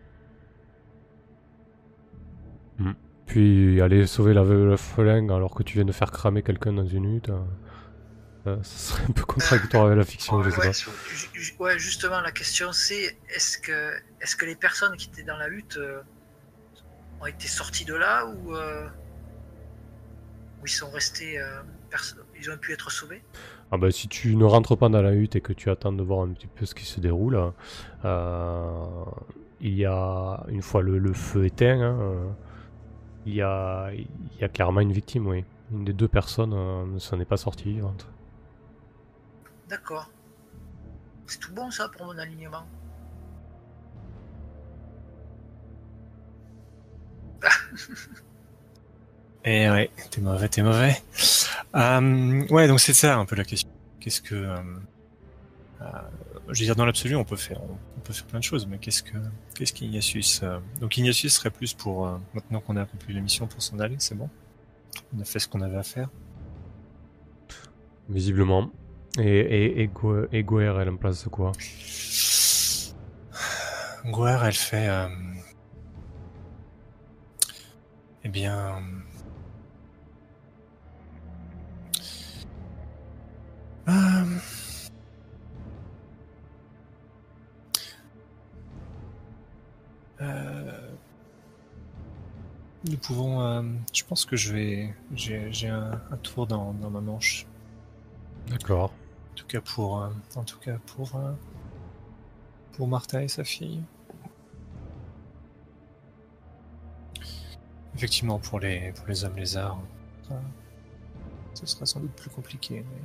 Puis aller sauver la veuve et l'orphelin alors que tu viens de faire cramer quelqu'un dans une hutte, euh, euh, ça serait un peu contradictoire avec la fiction, je sais Ouais, pas. ju- ju- ouais, justement, la question c'est est-ce que, est-ce que les personnes qui étaient dans la hutte euh, ont été sorties de là, ou, euh, ou ils sont restés, euh, perso- ils ont pu être sauvés? Ah bah si tu ne rentres pas dans la hutte et que tu attends de voir un petit peu ce qui se déroule, euh, il y a, une fois le, le feu éteint, hein, euh, il, y a, il y a clairement une victime, oui. Une des deux personnes euh, ne s'en est pas sortie vivante. D'accord. C'est tout bon ça pour mon alignement. Eh ouais, t'es mauvais, t'es mauvais. Euh, ouais, donc c'est ça un peu la question. Qu'est-ce que, euh, euh, je veux dire, dans l'absolu, on peut faire, on, on peut faire plein de choses, mais qu'est-ce que, qu'est-ce qu'Ignatius euh, Donc Ignatius serait plus pour euh, maintenant qu'on a accompli la mission pour s'en aller, c'est bon. On a fait ce qu'on avait à faire. Visiblement. Et, et, et, Go- et Goer, elle en place quoi? Gouer, elle fait, euh, eh bien. Euh, euh, nous pouvons. euh, je pense que je vais. J'ai j'ai un, un tour dans, dans ma manche. D'accord. En tout cas pour. euh, en tout cas pour. euh, pour Martha et sa fille. Effectivement, pour les pour les hommes lézards, ça, ce sera sans doute plus compliqué. Mais...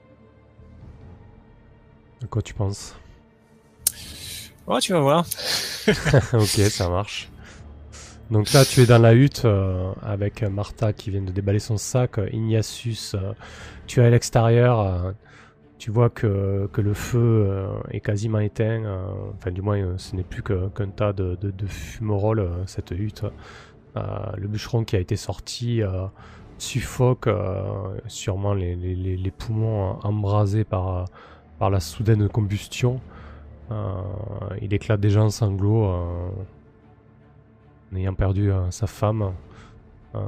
À quoi tu penses? Oh, tu vas voir. Ok, ça marche. Donc là, tu es dans la hutte euh, avec Martha qui vient de déballer son sac. Ignatius, euh, tu es à l'extérieur. euh, tu vois que, que le feu euh, est quasiment éteint. euh, enfin, du moins, euh, ce n'est plus que- qu'un tas de, de, de fumerolles, euh, cette hutte. Euh, le bûcheron qui a été sorti euh, suffoque, euh, sûrement les, les, les- les poumons embrasés par, par la soudaine combustion. Euh, il éclate déjà en sanglots. euh, en ayant perdu euh, sa femme. Euh,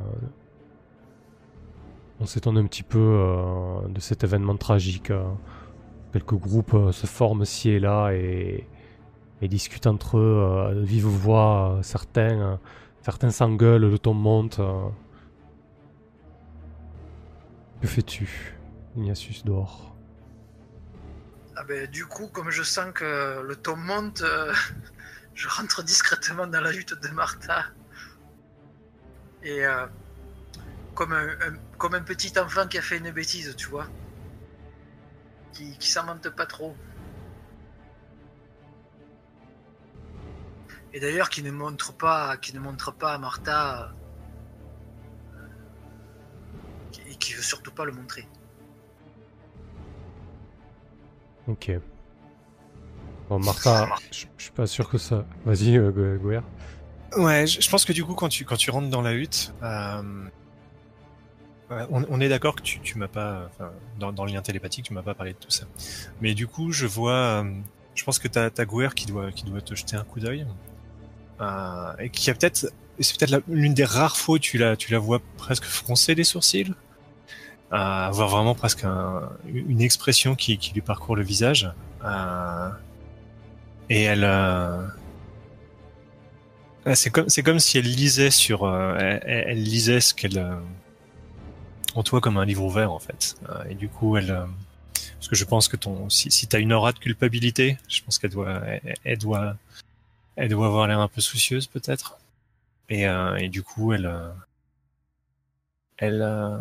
on s'étonne un petit peu euh, de cet événement tragique. euh. Quelques groupes euh, se forment ci et là et, et discutent entre eux euh, de vive voix. euh, certains euh, Certains s'engueulent, le ton monte. euh. Que fais-tu, Ignatius, dehors? Ah ben, du coup, comme je sens que le ton monte, euh, je rentre discrètement dans la hutte de Martha. Et euh, comme, un, un- comme un petit enfant qui a fait une bêtise, tu vois. Qui, qui s'en vante pas trop. Et d'ailleurs, qui ne montre pas, qui ne montre pas à Martha. euh, Et qui veut surtout pas le montrer. Ok. Bon, Martha, je je suis pas sûr que ça... Vas-y, euh, Gu- Guer. Ouais, je je pense que du coup, quand tu, quand tu rentres dans la hutte, euh, ouais, on, on est d'accord que tu, tu m'as pas, enfin, dans, dans le lien télépathique, tu m'as pas parlé de tout ça. Mais du coup, je vois, euh, je pense que t'as, t'as Gouer qui doit, qui doit te jeter un coup d'œil, euh, et qui a peut-être, c'est peut-être la- l'une des rares fois où tu la, tu la vois presque froncer les sourcils, euh, avoir vraiment presque un, une expression qui, qui lui parcourt le visage, euh, et elle, euh, c'est comme, c'est comme si elle lisait sur, euh, elle, elle lisait ce qu'elle, euh, en toi comme un livre ouvert en fait. Euh, et du coup, elle, euh, parce que je pense que ton, si, si t'as une aura de culpabilité, je pense qu'elle doit, elle, elle doit, elle doit avoir l'air un peu soucieuse peut-être. Et, euh, et du coup, elle, euh, elle, euh,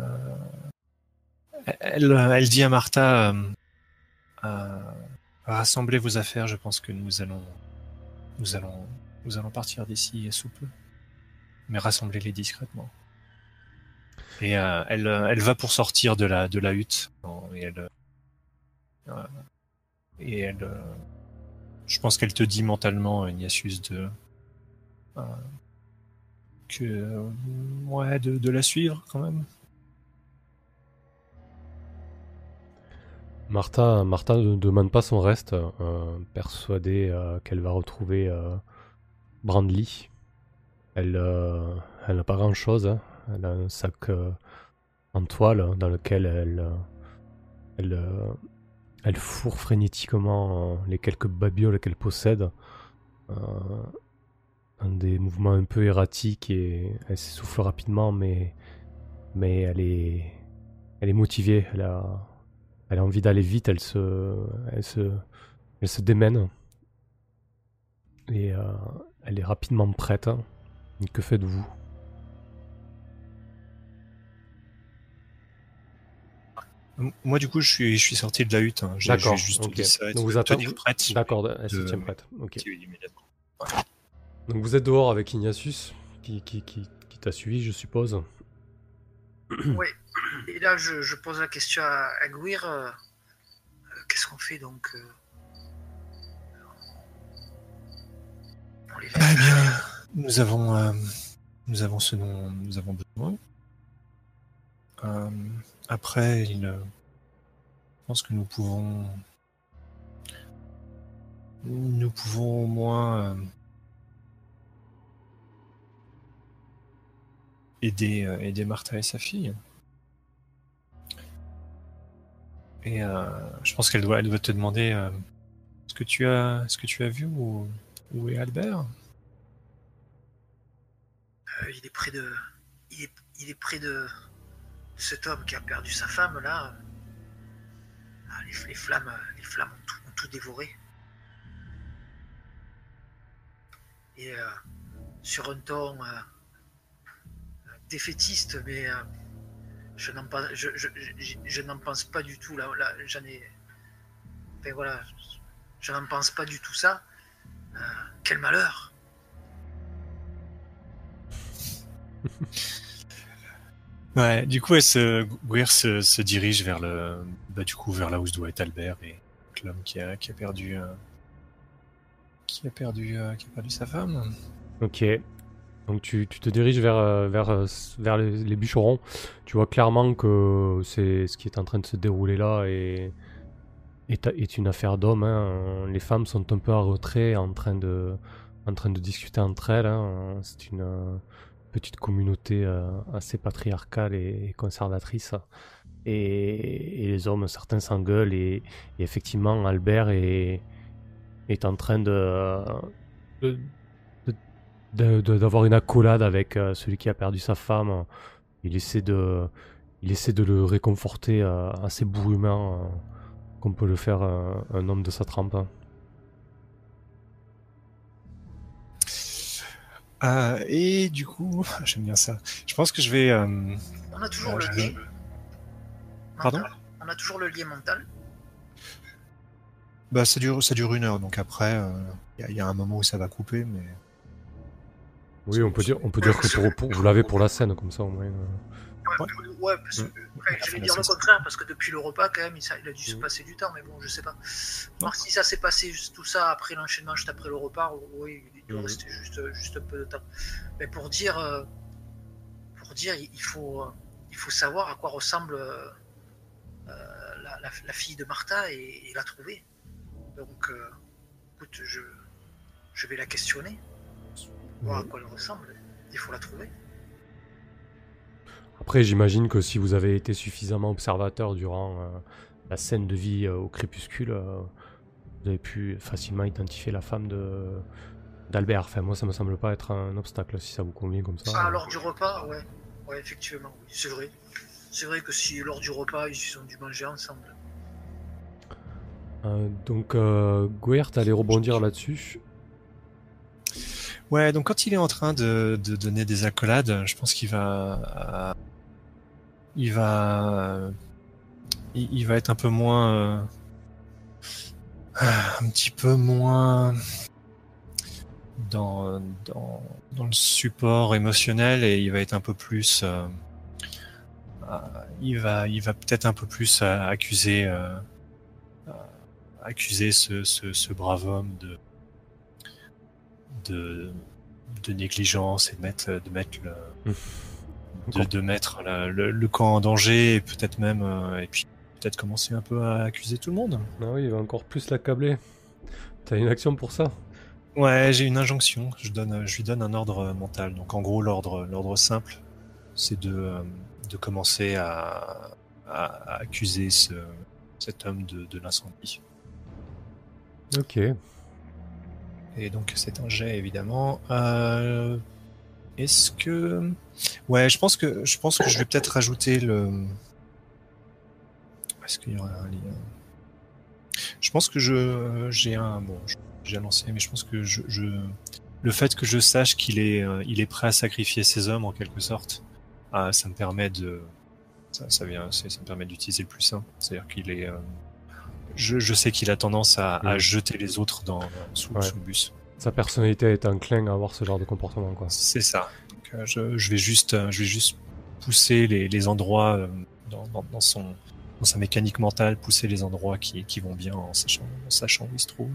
elle, euh, elle dit à Martha, euh, euh, rassemblez vos affaires. Je pense que nous allons, nous allons, nous allons partir d'ici sous peu, mais rassemblez-les discrètement. Et euh, elle, euh, elle va pour sortir de la, de la hutte. Et elle, euh, et elle, euh, je pense qu'elle te dit mentalement, Ignatius, de euh, que euh, ouais, de, de la suivre quand même. Martha, Martha ne demande pas son reste, euh, persuadée euh, qu'elle va retrouver euh, Brandly. Elle, euh, elle n'a pas grand-chose. Hein. Elle a un sac euh, en toile dans lequel elle, euh, elle, euh, elle fourre frénétiquement euh, les quelques babioles qu'elle possède. Euh, un des mouvements un peu erratiques et elle s'essouffle rapidement, mais, mais elle, est, elle est motivée. Elle a, elle a envie d'aller vite. Elle se, elle se, elle se démène. Et euh, elle est rapidement prête. Que faites-vous? Moi du coup je suis je suis sorti de la hutte. Hein. J'ai j'ai D'accord, juste ok. dit ça et Donc te, vous te attendez. dire prête. D'accord, elle se De tient prête. Ok. immédiatement. Donc vous êtes dehors avec Ignatius, qui, qui, qui, qui t'a suivi, je suppose. Oui. Et là, je, je pose la question à, à Gouir. euh, euh, Qu'est-ce qu'on fait donc euh, On les laisse. Eh bien, nous avons euh, nous avons ce dont nous avons besoin. Euh, après, il, euh, je pense que nous pouvons nous pouvons au moins euh, aider euh, aider Martha et sa fille. Et euh, je pense qu'elle doit elle doit te demander euh, est-ce que tu as est-ce que tu as vu où où est Albert? Euh, il est près de. Il est, il est près de cet homme qui a perdu sa femme là. Ah, les, les flammes, les flammes ont tout, ont tout dévoré. Et euh, sur un ton euh, défaitiste, mais euh, je n'en pense, je, je, je, je n'en pense pas du tout. Là, là j'en ai. Enfin voilà, je, je n'en pense pas du tout ça. Euh, quel malheur! Ouais, du coup, elle se, Guir se, se dirige vers le, bah, du coup, vers là où se doit être Albert et l'homme qui a, qui a perdu, euh, qui a perdu, euh, qui a perdu sa femme. Ok. Donc tu, tu te diriges vers, euh, vers, euh, s- vers les, les bûcherons. Tu vois clairement que c'est ce qui est en train de se dérouler là et est, est une affaire d'hommes. Hein. Les femmes sont un peu en retrait, en train de, en train de discuter entre elles. Hein. C'est une euh, petite communauté euh, assez patriarcale et, et conservatrice. Et, et les hommes, certains s'engueulent et, et effectivement Albert est, est en train de, de, de, de, de, d'avoir une accolade avec euh, celui qui a perdu sa femme. Il essaie de, il essaie de le réconforter euh, assez bourrumant, euh, comme peut le faire euh, un homme de sa trempe. Euh, et du coup, j'aime bien ça. Je pense que je vais. Euh, On a toujours euh, le je- lien. Pardon mental. On a toujours le lien mental. Bah, ça dure, ça dure une heure, donc après, il euh, y, y a un moment où ça va couper, mais. Oui, on peut dire, on peut dire que pour, pour- vous l'avez pour la scène, comme ça au moins. euh. Ouais, ouais, parce que, Mm. ouais, j'allais dire le contraire, parce que depuis le repas, quand même, il, ça- il a dû se Mm. passer du temps, mais bon, je sais pas. Voir si ça s'est passé juste tout ça après l'enchaînement, juste après le repas, oui, il doit Mm. rester juste, juste un peu de temps. Mais pour dire, euh, pour dire, il faut, euh, il faut savoir à quoi ressemble euh, la, la, la fille de Martha et, et la trouver. Donc, euh, écoute, je, je vais la questionner, voir à Mm. quoi elle ressemble. Il faut la trouver. Après, j'imagine que si vous avez été suffisamment observateur durant euh, la scène de vie euh, au crépuscule, euh, vous avez pu facilement identifier la femme de d'Albert. Enfin, moi, ça me semble pas être un obstacle si ça vous convient comme ça. Ah, euh. lors du repas, ouais. Ouais, effectivement, oui, c'est vrai. C'est vrai que si lors du repas, ils ont dû manger ensemble. Euh, donc, euh, Guert allait rebondir là-dessus. Ouais, donc quand il est en train de, de donner des accolades, je pense qu'il va, euh, il va, euh, il, il va être un peu moins, euh, un petit peu moins dans, dans, dans le support émotionnel et il va être un peu plus, euh, euh, il va, il va peut-être un peu plus euh, accuser, euh, euh, accuser ce, ce, ce brave homme de, de, de négligence et de mettre, de mettre le, de, de mettre la, le, le camp en danger et peut-être même, euh, et puis peut-être commencer un peu à accuser tout le monde. Ah oui, il va encore plus l'accabler. T'as une action pour ça? Ouais, j'ai une injonction. Je donne, je lui donne un ordre mental. Donc en gros, l'ordre, l'ordre simple, c'est de, euh, de commencer à, à, à accuser ce, cet homme de, de l'incendie. Ok. Et donc c'est un jet évidemment. Euh, est-ce que, ouais, je pense que, je pense que je vais peut-être rajouter le. Est-ce qu'il y aura un lien? Je pense que je, j'ai un, bon, j'ai lancé, mais je pense que je, je, le fait que je sache qu'il est, euh, il est prêt à sacrifier ses hommes en quelque sorte, euh, ça me permet de, ça, ça vient, ça me permet d'utiliser le plus simple. C'est-à-dire qu'il est, euh, je, je sais qu'il a tendance à, à Mm. jeter les autres dans, sous, Ouais. sous le bus. Sa personnalité est enclin à avoir ce genre de comportement, quoi. C'est ça. Donc, euh, je, je vais juste, euh, je vais juste pousser les, les endroits euh, dans, dans, dans son, dans sa mécanique mentale, pousser les endroits qui, qui vont bien en sachant, en sachant où il se trouve.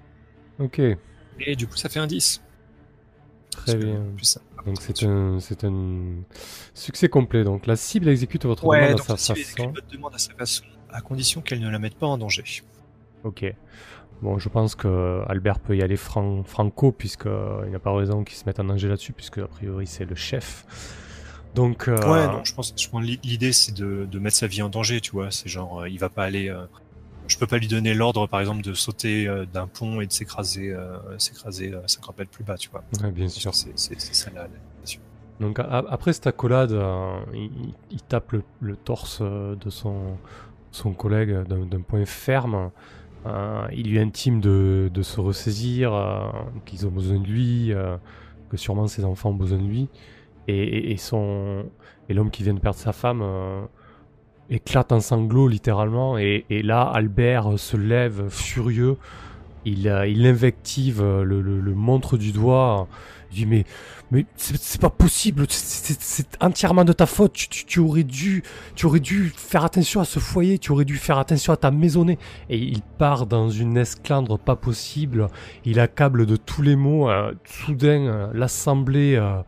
Ok, Et du coup, ça fait un dix. très Parce que, bien. plus ça- Donc c'est un, c'est un succès complet. Donc la cible exécute votre Ouais, demande à donc sa la cible façon. exécute votre demande à sa façon, à condition qu'elle ne la mette pas en danger. Ok. Bon, je pense que Albert peut y aller fran- franco, puisqu'il n'a pas raison qu'il se mette en danger là-dessus, puisque a priori c'est le chef. Donc, euh, Ouais, non, je pense, je pense l'idée c'est de, de mettre sa vie en danger, tu vois. C'est genre, euh, il va pas aller. Euh, je peux pas lui donner l'ordre, par exemple, de sauter euh, d'un pont et de s'écraser, euh, s'écraser euh, cinquante mètres plus bas, tu vois. ouais, bien Je pense sûr. que C'est c'est- c'est ça la, la question. Donc a- après cette accolade, euh, il, il- il tape le, le torse euh, de son, son collègue d'un d'un point ferme. Euh, il lui intime de, de se ressaisir, euh, qu'ils ont besoin de lui, euh, que sûrement ses enfants ont besoin de lui. Et, et, et son, et l'homme qui vient de perdre sa femme euh, éclate en sanglots littéralement. Et, et là, Albert se lève furieux. Il, euh, il invective, euh, le, le, le montre du doigt. Il dit mais, mais c'est c'est pas possible, c'est- c'est c'est entièrement de ta faute. Tu, tu, tu aurais dû, tu aurais dû faire attention à ce foyer, tu aurais dû faire attention à ta maisonnée. Et il part dans une esclandre pas possible. Il accable de tous les mots. euh, soudain, euh, l'assemblée euh,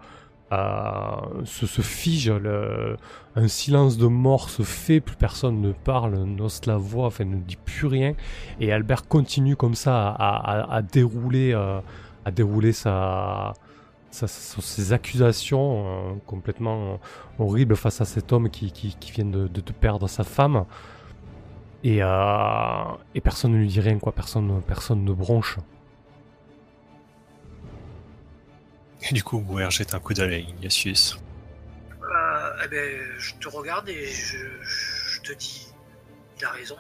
euh, se, se fige. Le, un silence de mort se fait. Plus personne ne parle, n'ose la voix, enfin ne dit plus rien. Et Albert continue comme ça à, à, à dérouler, euh, à dérouler sa, sa, sa- ses accusations euh, complètement horribles face à cet homme qui, qui, qui vient de, de, de perdre sa femme. Et, euh, et personne ne lui dit rien, quoi. Personne, personne ne bronche. Et du coup, Gouer jette un coup d'œil à Ignatius. Euh, eh ben, je te regarde et je, je te dis, il a raison.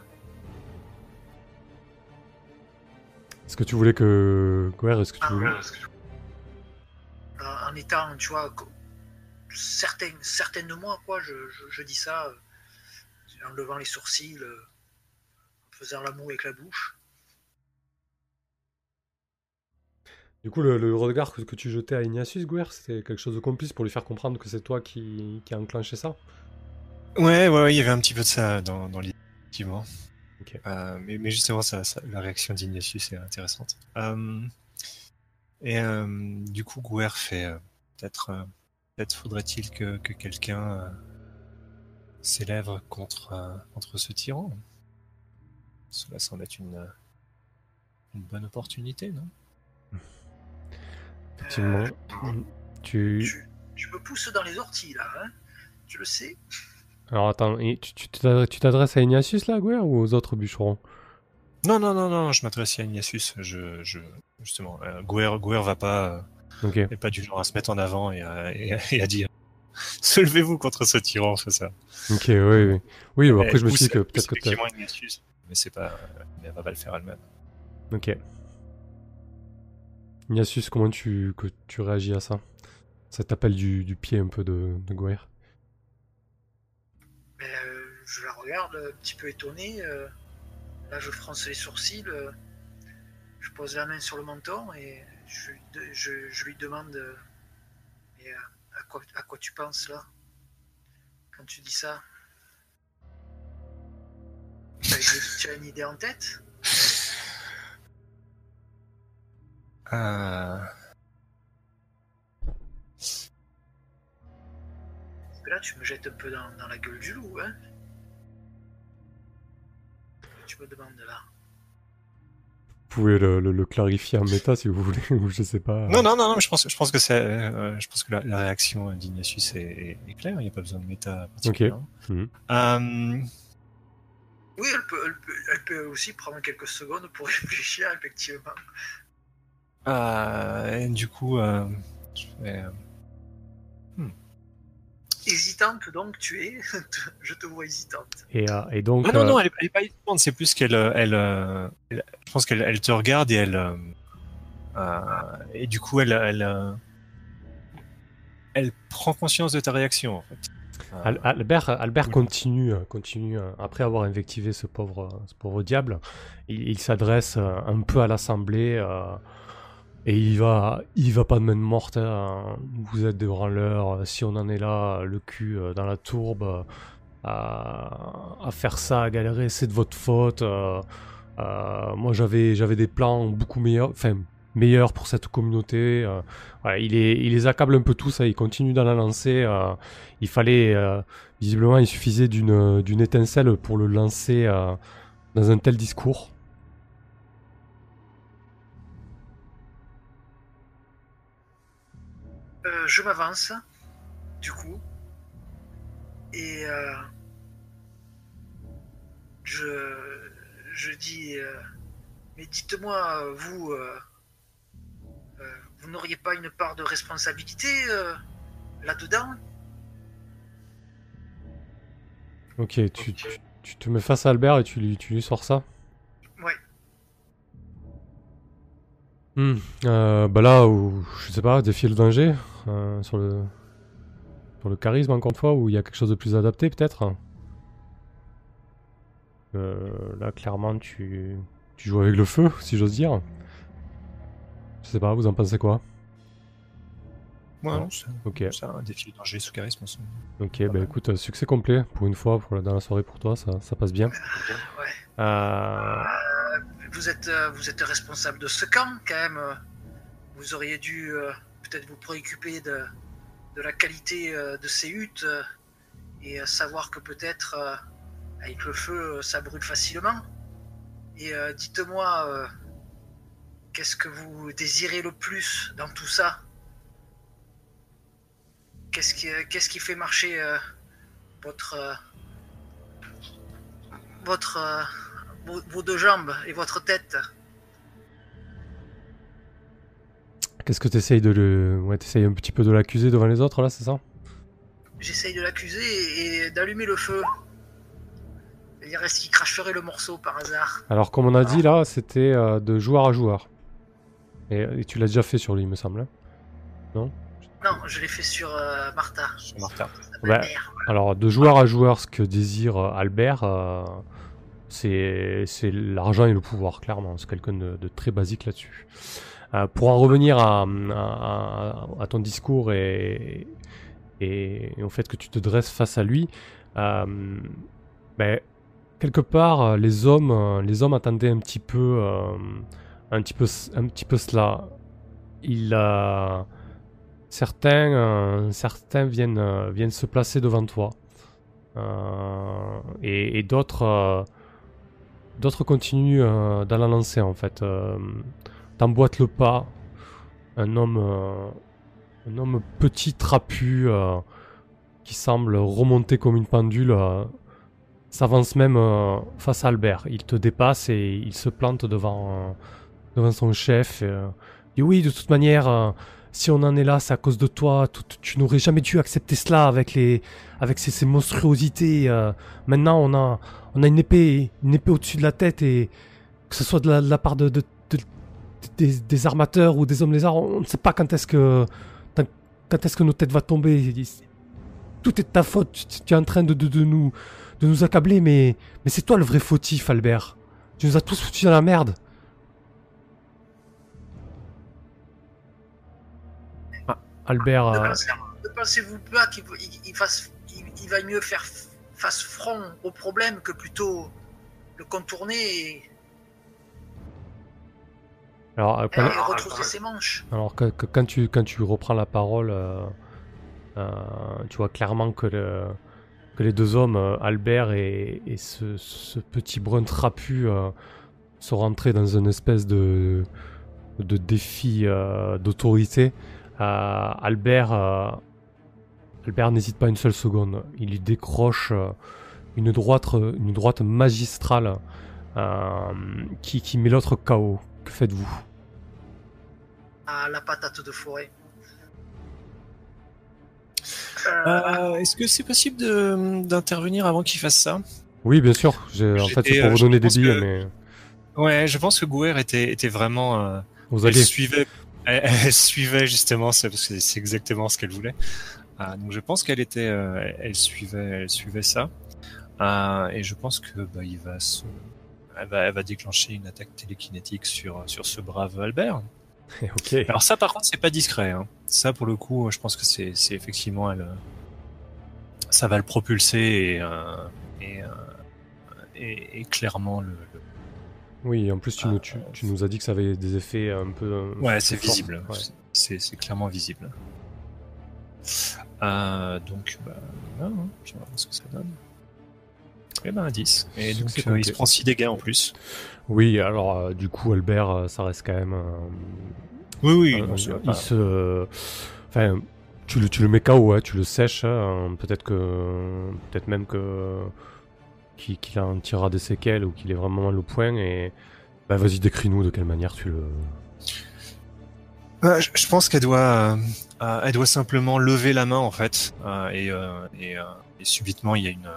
Est-ce que tu voulais que... Gouer, est-ce que tu Ah, voulais... En, en étant, tu vois, certaines, certaines de moi, quoi, je, je, je dis ça euh, en levant les sourcils, euh, en faisant la moue avec la bouche. Du coup, le, le regard que, que tu jetais à Ignatius, Gouer, c'était quelque chose de complice pour lui faire comprendre que c'est toi qui, qui a enclenché ça? Ouais, ouais, ouais, il y avait un petit peu de ça dans, dans l'idée, effectivement. Ok. Euh, mais, mais justement, ça, ça, la réaction d'Ignatius est intéressante. Euh, et euh, du coup, Gouer fait euh, peut-être, euh, peut-être faudrait-il que, que quelqu'un euh, s'élève contre, euh, contre ce tyran. Cela semble être une, une bonne opportunité, non? Effectivement. Tu... Tu, tu me pousses dans les orties, là, hein, tu le sais. Alors attends, et tu tu t'adresses tu t'adresses à Ignatius là, Gouer, ou aux autres bûcherons? Non, non, non, non, je m'adresse à Ignatius. Je, je, justement, euh, Gouer, Gouer va pas, euh, Ok. est pas du genre à se mettre en avant et à, et à, et à dire se levez-vous contre ce tyran, c'est ça. Ok, oui, oui. Oui, bah, après Elle je me suis pousse- dit que elle pousse peut-être que t'as... effectivement Ignatius, mais c'est pas, mais elle va pas le faire elle-même. Ok. Ignatius, comment tu, que tu réagis à ça? Cet appel du, du pied un peu de, de Gouer. Ben, euh, je la regarde, un petit peu étonné. Euh, là, je fronce les sourcils. Euh, je pose la main sur le menton et je, je, je lui demande euh, et, euh, à, quoi, à quoi tu penses là quand tu dis ça. Tu as, une, tu as une idée en tête? Euh... Parce que là, tu me jettes un peu dans, dans la gueule du loup, hein. Tu me demandes là. Vous pouvez le, le, le clarifier en méta si vous voulez, ou je sais pas. Non, non, non, non, mais je pense, je pense que c'est, euh, je pense que la, la réaction d'Ignatius est, est, est claire. Il n'y a pas besoin de méta particulièrement. Mhm. Euh, Oui, elle peut, elle, peut, elle peut aussi prendre quelques secondes pour réfléchir, effectivement. euh, et du coup, euh, je fais, euh, Hésitante, donc tu es. Je te vois hésitante. Et, euh, et donc. ah non, euh, non, elle est, elle est pas hésitante. C'est plus qu'elle, euh, elle, euh, elle- je pense qu'elle, elle te regarde et elle, euh, euh, et du coup, elle, elle, euh, elle prend conscience de ta réaction, en fait. Euh, Al- Albert, Albert Oui. continue, euh, continue euh, après avoir invectivé ce pauvre, euh, ce pauvre diable. Il, il s'adresse euh, un peu à l'assemblée euh, et il va, il va pas de main morte. Hein. Vous êtes des branleurs. Si on en est là, le cul euh, dans la tourbe, euh, à, à faire ça, à galérer, c'est de votre faute. euh, euh, moi, j'avais, j'avais des plans beaucoup meilleurs, enfin meilleurs pour cette communauté. euh, voilà, il, est, il les accable un peu tous. Hein, il continue dans la lancée. euh, il fallait, euh, visiblement, il suffisait d'une, d'une étincelle pour le lancer euh, dans un tel discours. Euh, je m'avance, du coup, et euh, je, je dis, euh, mais dites-moi, vous, euh, euh, vous n'auriez pas une part de responsabilité euh, là-dedans? Ok, tu, tu, tu te mets face à Albert et tu lui, tu lui sors ça. Ouais. Hmm, euh, bah là, où, je sais pas, défier le danger euh, sur le sur le charisme encore une fois, où il y a quelque chose de plus adapté peut-être. Euh, là, clairement, tu tu joues avec le feu, si j'ose dire. Je sais pas, vous en pensez quoi? Ouais, Non. c'est, Ok, c'est un défi de danger sous charisme. Ça. ok, Pas bah mal. écoute, euh, succès complet pour une fois pour la, dans la soirée pour toi, ça, ça passe bien. Ouais. Euh, Euh, vous êtes, euh, vous êtes responsable de ce camp quand même. euh, Vous auriez dû euh, peut-être vous préoccuper de, de la qualité euh, de ces huttes euh, et euh, savoir que peut-être euh, avec le feu euh, ça brûle facilement. Et euh, dites-moi, euh, qu'est-ce que vous désirez le plus dans tout ça? Qu'est-ce qui, qu'est-ce qui fait marcher euh, votre, euh, votre, euh, vos, vos deux jambes et votre tête? Qu'est-ce que tu essayes de le... Ouais, t'essayes un petit peu de l'accuser devant les autres, là, c'est ça? J'essaye de l'accuser et d'allumer le feu. C'est-à-dire, est-ce qu'il cracherait le morceau par hasard? Alors, comme on a dit, là, c'était euh, de joueur à joueur. Et, et tu l'as déjà fait sur lui, il me semble. Hein, non? Non, je l'ai fait sur euh, Martha. Sur Martha. Ouais. Alors, de joueur à joueur, ce que désire euh, Albert, euh, c'est c'est l'argent et le pouvoir, clairement. C'est quelqu'un de, de très basique là-dessus. Euh, pour en revenir à, à, à ton discours et, et, et au fait que tu te dresses face à lui, euh, ben, quelque part, les hommes, les hommes attendaient un petit peu, euh, un petit peu, un petit peu cela. Il, euh, certains, euh, certains viennent, euh, viennent se placer devant toi, euh, et, et d'autres, euh, d'autres continuent euh, dans la lancée en fait. Euh, T'emboîtes le pas, un homme, euh, un homme petit, trapu, euh, qui semble remonter comme une pendule, euh, s'avance même euh, face à Albert. Il te dépasse et il se plante devant, euh, devant son chef. Euh, et oui, de toute manière, euh, si on en est là, c'est à cause de toi. Tu, tu n'aurais jamais dû accepter cela avec, les, avec ces, ces monstruosités. Euh, maintenant, on a, on a une épée, une épée au-dessus de la tête et que ce soit de la, de la part de, de Des, des armateurs ou des hommes lézards, on ne sait pas quand est-ce que quand est-ce que notre tête va tomber. Tout est de ta faute. Tu, tu es en train de, de, de nous de nous accabler, mais mais c'est toi le vrai fautif, Albert. Tu nous as tous foutus dans la merde. Ah, Albert. Ne, Euh... pensez, ne pensez-vous pas qu'il il, il fasse, il, il va mieux faire face front au problème que plutôt le contourner et Alors, quand, et retrousser ses manches. Alors que, que, quand, tu, quand tu reprends la parole, euh, euh, tu vois clairement que, le, que les deux hommes, euh, Albert et, et ce, ce petit brun trapu, euh, sont rentrés dans une espèce de, de défi euh, d'autorité. Euh, Albert, euh, Albert n'hésite pas une seule seconde. Il lui décroche euh, une, droite, une droite magistrale euh, qui, qui met l'autre K O. Que faites-vous? À la patate de forêt. Euh, euh, Est-ce que c'est possible de, d'intervenir avant qu'il fasse ça? Oui, bien sûr. J'ai, en fait, c'est pour vous donner des billets, que... mais... Ouais, je pense que Gouer était, était vraiment... Euh, vous elle, allez... suivait, elle, elle suivait justement, c'est, parce que c'est exactement ce qu'elle voulait. Euh, donc je pense qu'elle était... Euh, elle, suivait, elle suivait ça. Euh, et je pense que bah, il va se... Elle va, elle va déclencher une attaque télékinétique sur, sur ce brave Albert. Okay. Alors ça, par contre, c'est pas discret. Hein. Ça, pour le coup, je pense que c'est, c'est effectivement... Elle, ça va le propulser et, euh, et, euh, et, et clairement le... le... Oui, en plus, tu, euh, nous, tu, tu nous as dit que ça avait des effets un peu... Ouais, c'est visible. Ouais. C'est, c'est clairement visible. Euh, donc, bah, voilà, hein. Puis on va voir ce que ça donne. Et ben, un dix. Et donc, euh, il se prend six dégâts en plus. Oui, alors, euh, du coup, Albert, euh, ça reste quand même... Euh, oui, oui. Euh, non, il pas... se... Enfin, tu le, tu le mets K O, hein, tu le sèches. Hein, peut-être que... Peut-être même que... Qu'il, qu'il en tirera des séquelles ou qu'il est vraiment mal au point. Et... Bah, vas-y, décris-nous de quelle manière tu le... Euh, je, je pense qu'elle doit... Euh, elle doit simplement lever la main, en fait. Euh, et, euh, et, euh, et subitement, il y a une...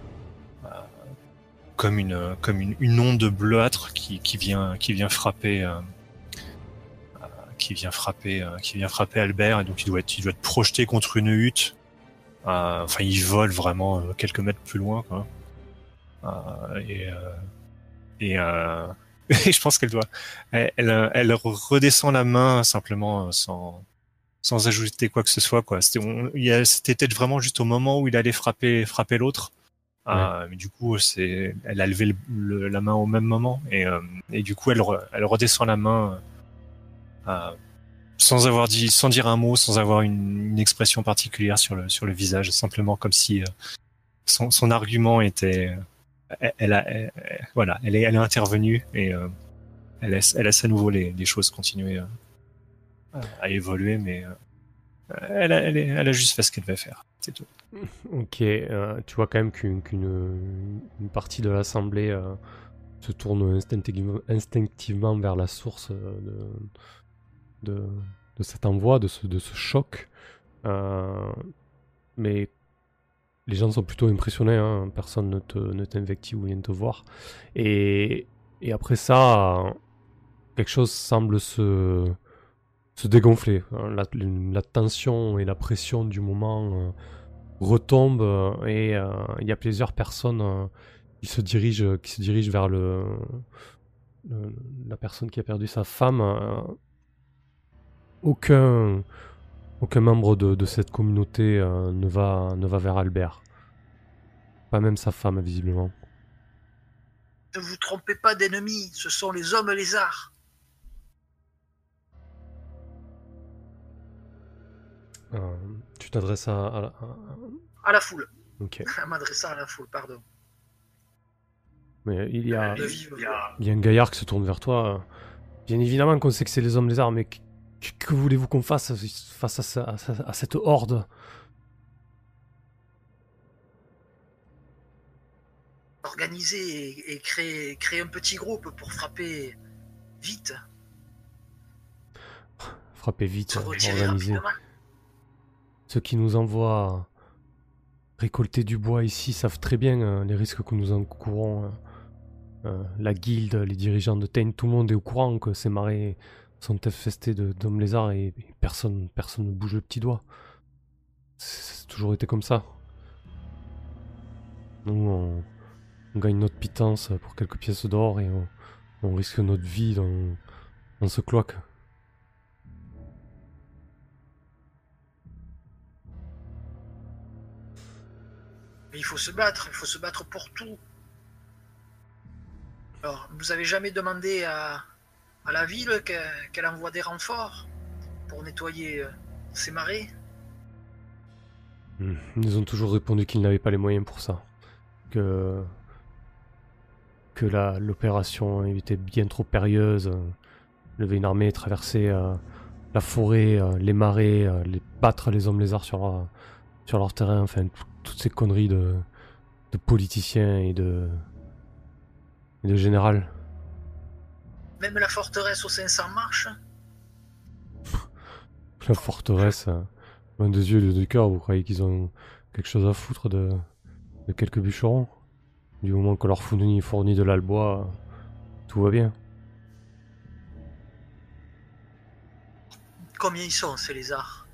comme une comme une, une onde bleuâtre qui, qui vient qui vient frapper euh, qui vient frapper euh, qui vient frapper Albert et donc il doit être il doit être projeté contre une hutte. Euh, enfin, il vole vraiment euh, quelques mètres plus loin, quoi. Euh, et euh, et, euh, et je pense qu'elle doit elle, elle elle redescend la main simplement sans sans ajouter quoi que ce soit, quoi. C'était on, il y a, c'était peut-être vraiment juste au moment où il allait frapper frapper l'autre. Ouais. Euh, mais du coup, c'est, elle a levé le, le, la main au même moment et, euh, et du coup, elle, re, elle redescend la main euh, sans avoir dit, sans dire un mot, sans avoir une, une expression particulière sur le sur le visage, simplement comme si euh, son, son argument était, elle, elle a, elle, elle, voilà, elle est, elle est intervenue et euh, elle laisse, elle laisse à nouveau les, les choses continuer euh, à évoluer, mais euh, elle, a, elle, est, elle a juste fait ce qu'elle devait faire. C'est tout. Ok, euh, tu vois quand même qu'une, qu'une une partie de l'assemblée euh, se tourne instinctivement, instinctivement vers la source de, de, de cet envoi, de ce, de ce choc. Euh, mais les gens sont plutôt impressionnés, hein. Personne ne, te, ne t'invective ou vient te voir. Et, et après ça, quelque chose semble se, se dégonfler. La, la tension et la pression du moment euh, retombent euh, et il euh, y a plusieurs personnes euh, qui, se dirigent, qui se dirigent vers le, le, la personne qui a perdu sa femme. Euh, aucun, aucun membre de, de cette communauté euh, ne, va, ne va vers Albert. Pas même sa femme, visiblement. Ne vous trompez pas d'ennemis, ce sont les hommes lézards. Euh, tu t'adresses à, à, à... à la foule. Ok. En m'adressant à la foule, pardon. Mais il y a, De vivre. il y a, il y a un gaillard qui se tourne vers toi. Bien évidemment qu'on sait que c'est les hommes lézards, mais que, que voulez-vous qu'on fasse face à, à, à cette horde? Organiser et, et créer, créer un petit groupe pour frapper vite. Frapper vite, Se retirer organiser. rapidement. Ceux qui nous envoient récolter du bois ici savent très bien euh, les risques que nous encourons. Euh, euh, la guilde, les dirigeants de Tain, tout le monde est au courant que ces marais sont infestés de, d'hommes lézards et, et personne, personne ne bouge le petit doigt. C'est, c'est toujours été comme ça. Nous, on, on gagne notre pitance pour quelques pièces d'or et on, on risque notre vie dans, dans ce cloaque. Mais il faut se battre, il faut se battre pour tout. Alors, vous avez jamais demandé à, à la ville qu'elle, qu'elle envoie des renforts pour nettoyer euh, ces marais? Ils nous ont toujours répondu qu'ils n'avaient pas les moyens pour ça. Que, que la, l'opération était bien trop périlleuse. Lever une armée, traverser euh, la forêt, euh, les marais, euh, les, battre les hommes lézards sur, euh, sur leur terrain, enfin, t- toutes ces conneries de, de politiciens et de, et de général. Même la forteresse aux cinq cents marches? La forteresse, euh, loin des yeux et du cœur, vous croyez qu'ils ont quelque chose à foutre de, de quelques bûcherons? Du moment que leur fournit, fournit de l'albois, euh, tout va bien. Combien ils sont, ces lézards?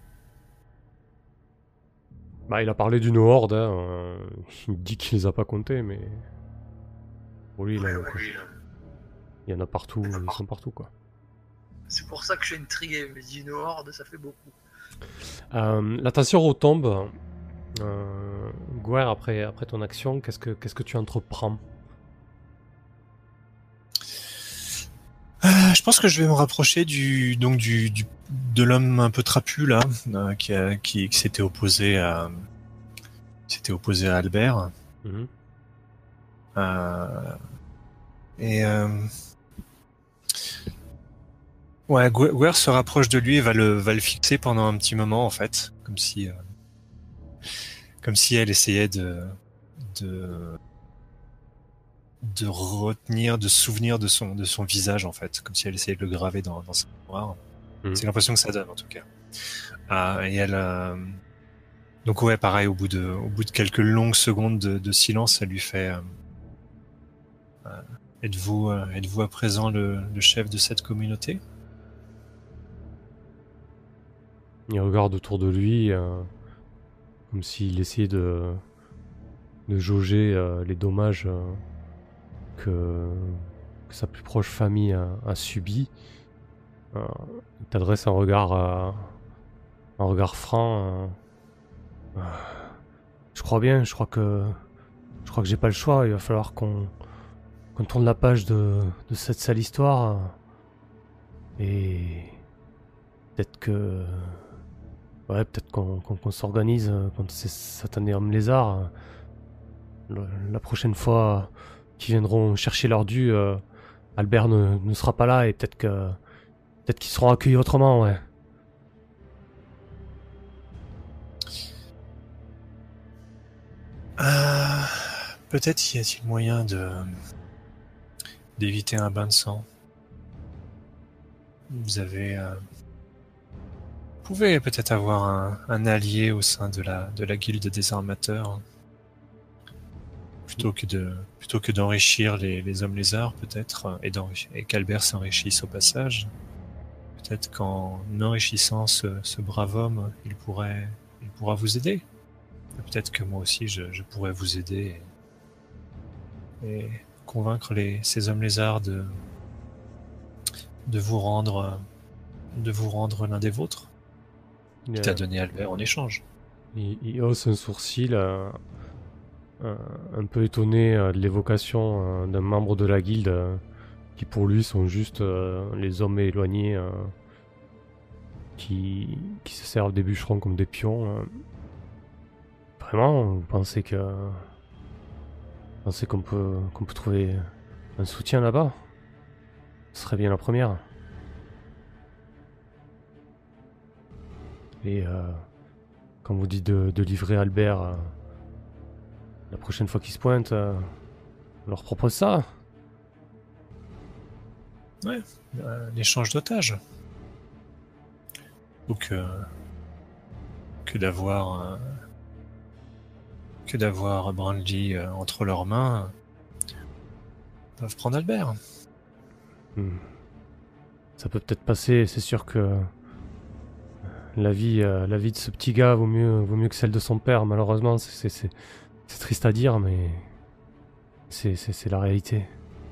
Bah, il a parlé d'une horde, hein. euh, il dit qu'il les a pas comptés, mais... Pour lui, il, Ouais, a- ouais, lui, là. il y en a partout, ils sont partout, quoi. C'est pour ça que je suis intrigué, mais une horde, ça fait beaucoup. Euh, la tension retombe. Euh, Gouer, après, après ton action, qu'est-ce que, qu'est-ce que tu entreprends? Euh, je pense que je vais me rapprocher du donc du, du de l'homme un peu trapu là, euh, qui, a, qui qui s'était opposé à s'était opposé à Albert. Mhm. Euh, et euh, ouais, Gu- Guer se rapproche de lui et va le va le fixer pendant un petit moment en fait, comme si euh, comme si elle essayait de de de retenir, de se souvenir de son de son visage en fait, comme si elle essayait de le graver dans dans sa mémoire. Mhm. C'est l'impression que ça donne en tout cas. Ah, et elle euh, donc ouais, pareil, au bout de au bout de quelques longues secondes de, de silence, elle lui fait euh, euh, êtes-vous euh, êtes-vous à présent le, le chef de cette communauté? Il regarde autour de lui, euh, comme s'il essayait de, de jauger euh, les dommages euh, que, que sa plus proche famille a, a subis. Euh, il t'adresse un regard, euh, un regard franc. euh, euh, je crois bien, je crois que, je crois que j'ai pas le choix. Il va falloir qu'on, qu'on tourne la page de, de cette sale histoire. Et peut-être que, ouais, peut-être qu'on, qu'on, qu'on s'organise contre ces satanés hommes lézards. Le- la prochaine fois qu'ils viendront chercher leur dû, euh, Albert ne, ne sera pas là et peut-être que peut-être qu'ils seront accueillis autrement, ouais. Euh, peut-être y a-t-il moyen de d'éviter un bain de sang. Vous avez euh, pouvez peut-être avoir un, un allié au sein de la, de la guilde des armateurs. Plutôt que de, plutôt que d'enrichir les, les hommes lézards, peut-être, et, et qu'Albert s'enrichisse au passage. Peut-être qu'en enrichissant ce, ce brave homme, il pourrait, il pourra vous aider. Peut-être que moi aussi, je, je pourrais vous aider et, et convaincre les, ces hommes lézards de, de vous rendre, de vous rendre l'un des vôtres. Il, Qui t'a donné Albert en échange. Il, il hausse un sourcil, euh, euh, un peu étonné euh, de l'évocation euh, d'un membre de la guilde, euh, qui pour lui sont juste euh, les hommes éloignés euh, qui, qui se servent des bûcherons comme des pions. Euh. Vraiment, vous pensez que, vous pensez qu'on peut, qu'on peut trouver un soutien là-bas? Ce serait bien la première. Et euh, quand vous dites de, de livrer Albert, euh, la prochaine fois qu'il se pointe, euh, on leur propose ça. Ouais, euh, l'échange d'otages. Ou que, que d'avoir euh, que d'avoir Brandly euh, entre leurs mains, ils peuvent prendre Albert. Hmm. Ça peut peut-être passer, c'est sûr que la vie, euh, la vie de ce petit gars vaut mieux, vaut mieux que celle de son père, malheureusement, c'est, c'est, c'est triste à dire, mais c'est, c'est, c'est la réalité.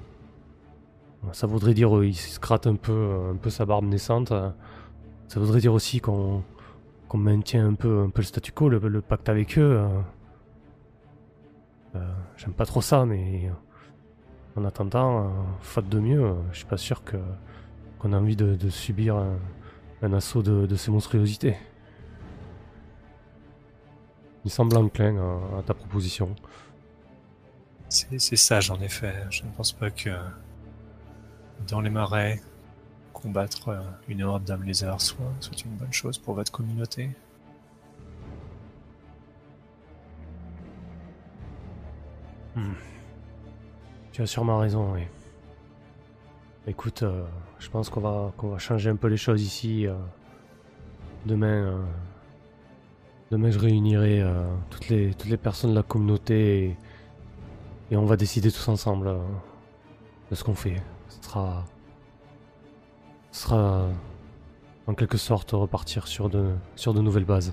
Ça voudrait dire qu'il se gratte un peu, un peu sa barbe naissante. Ça voudrait dire aussi qu'on, qu'on maintient un peu, un peu le statu quo, le, le pacte avec eux. Euh, j'aime pas trop ça, mais en attendant, euh, faute de mieux, je suis pas sûr que, qu'on a envie de, de subir un, un assaut de, de ces monstruosités. Il semble enclin à, à ta proposition. C'est, c'est sage en effet. Je ne pense pas que dans les marais, combattre une horde d'âmes lézards soit, soit une bonne chose pour votre communauté. Hmm. Tu as sûrement raison, oui. Écoute, euh, je pense qu'on va, qu'on va changer un peu les choses ici. Euh, demain, euh, demain, je réunirai euh, toutes, les, toutes les personnes de la communauté et, et on va décider tous ensemble euh, de ce qu'on fait. Ce sera, ce sera en quelque sorte repartir sur de, sur de nouvelles bases.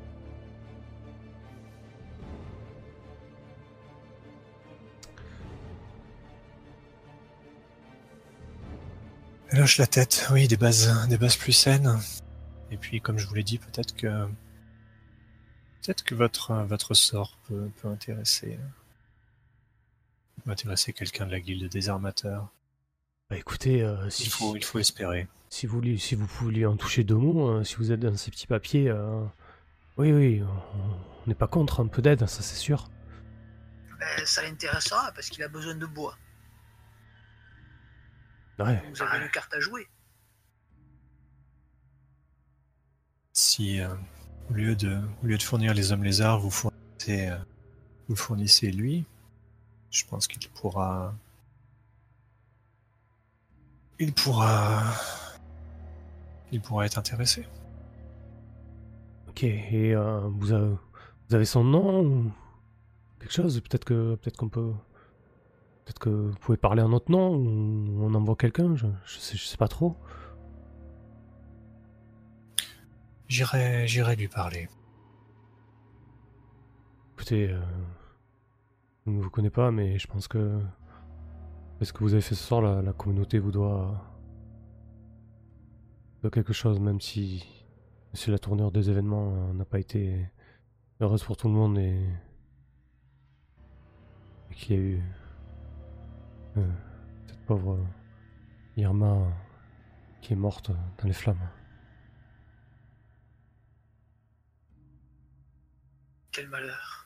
Elle hoche la tête, oui, des bases, des bases plus saines. Et puis, comme je vous l'ai dit, peut-être que peut-être que votre votre sort peut, peut intéresser peut intéresser quelqu'un de la guilde des armateurs. Bah écoutez, euh, si, il faut il faut espérer. Si vous si vous pouviez en toucher deux mots, euh, si vous êtes dans ces petits papiers, euh, oui oui, on n'est pas contre un peu d'aide, ça c'est sûr. Ben, ça l'intéressera parce qu'il a besoin de bois. Ouais. Vous avez une carte à jouer. Si euh, au lieu de au lieu de fournir les hommes lézards, vous fournissez euh, vous fournissez lui, je pense qu'il pourra il pourra il pourra être intéressé. Ok, et euh, vous, avez, vous avez son nom ou quelque chose? Peut-être que peut-être qu'on peut peut-être que vous pouvez parler un autre nom ou on envoie quelqu'un, je, je sais je sais pas trop. J'irai j'irai lui parler. Écoutez, euh, je ne vous connais pas, mais je pense que ce que vous avez fait ce soir, la, la communauté vous doit, doit quelque chose, même si, si la tournure des événements euh, n'a pas été heureuse pour tout le monde et, et qu'il y a eu euh, cette pauvre Irma qui est morte dans les flammes. Quel malheur.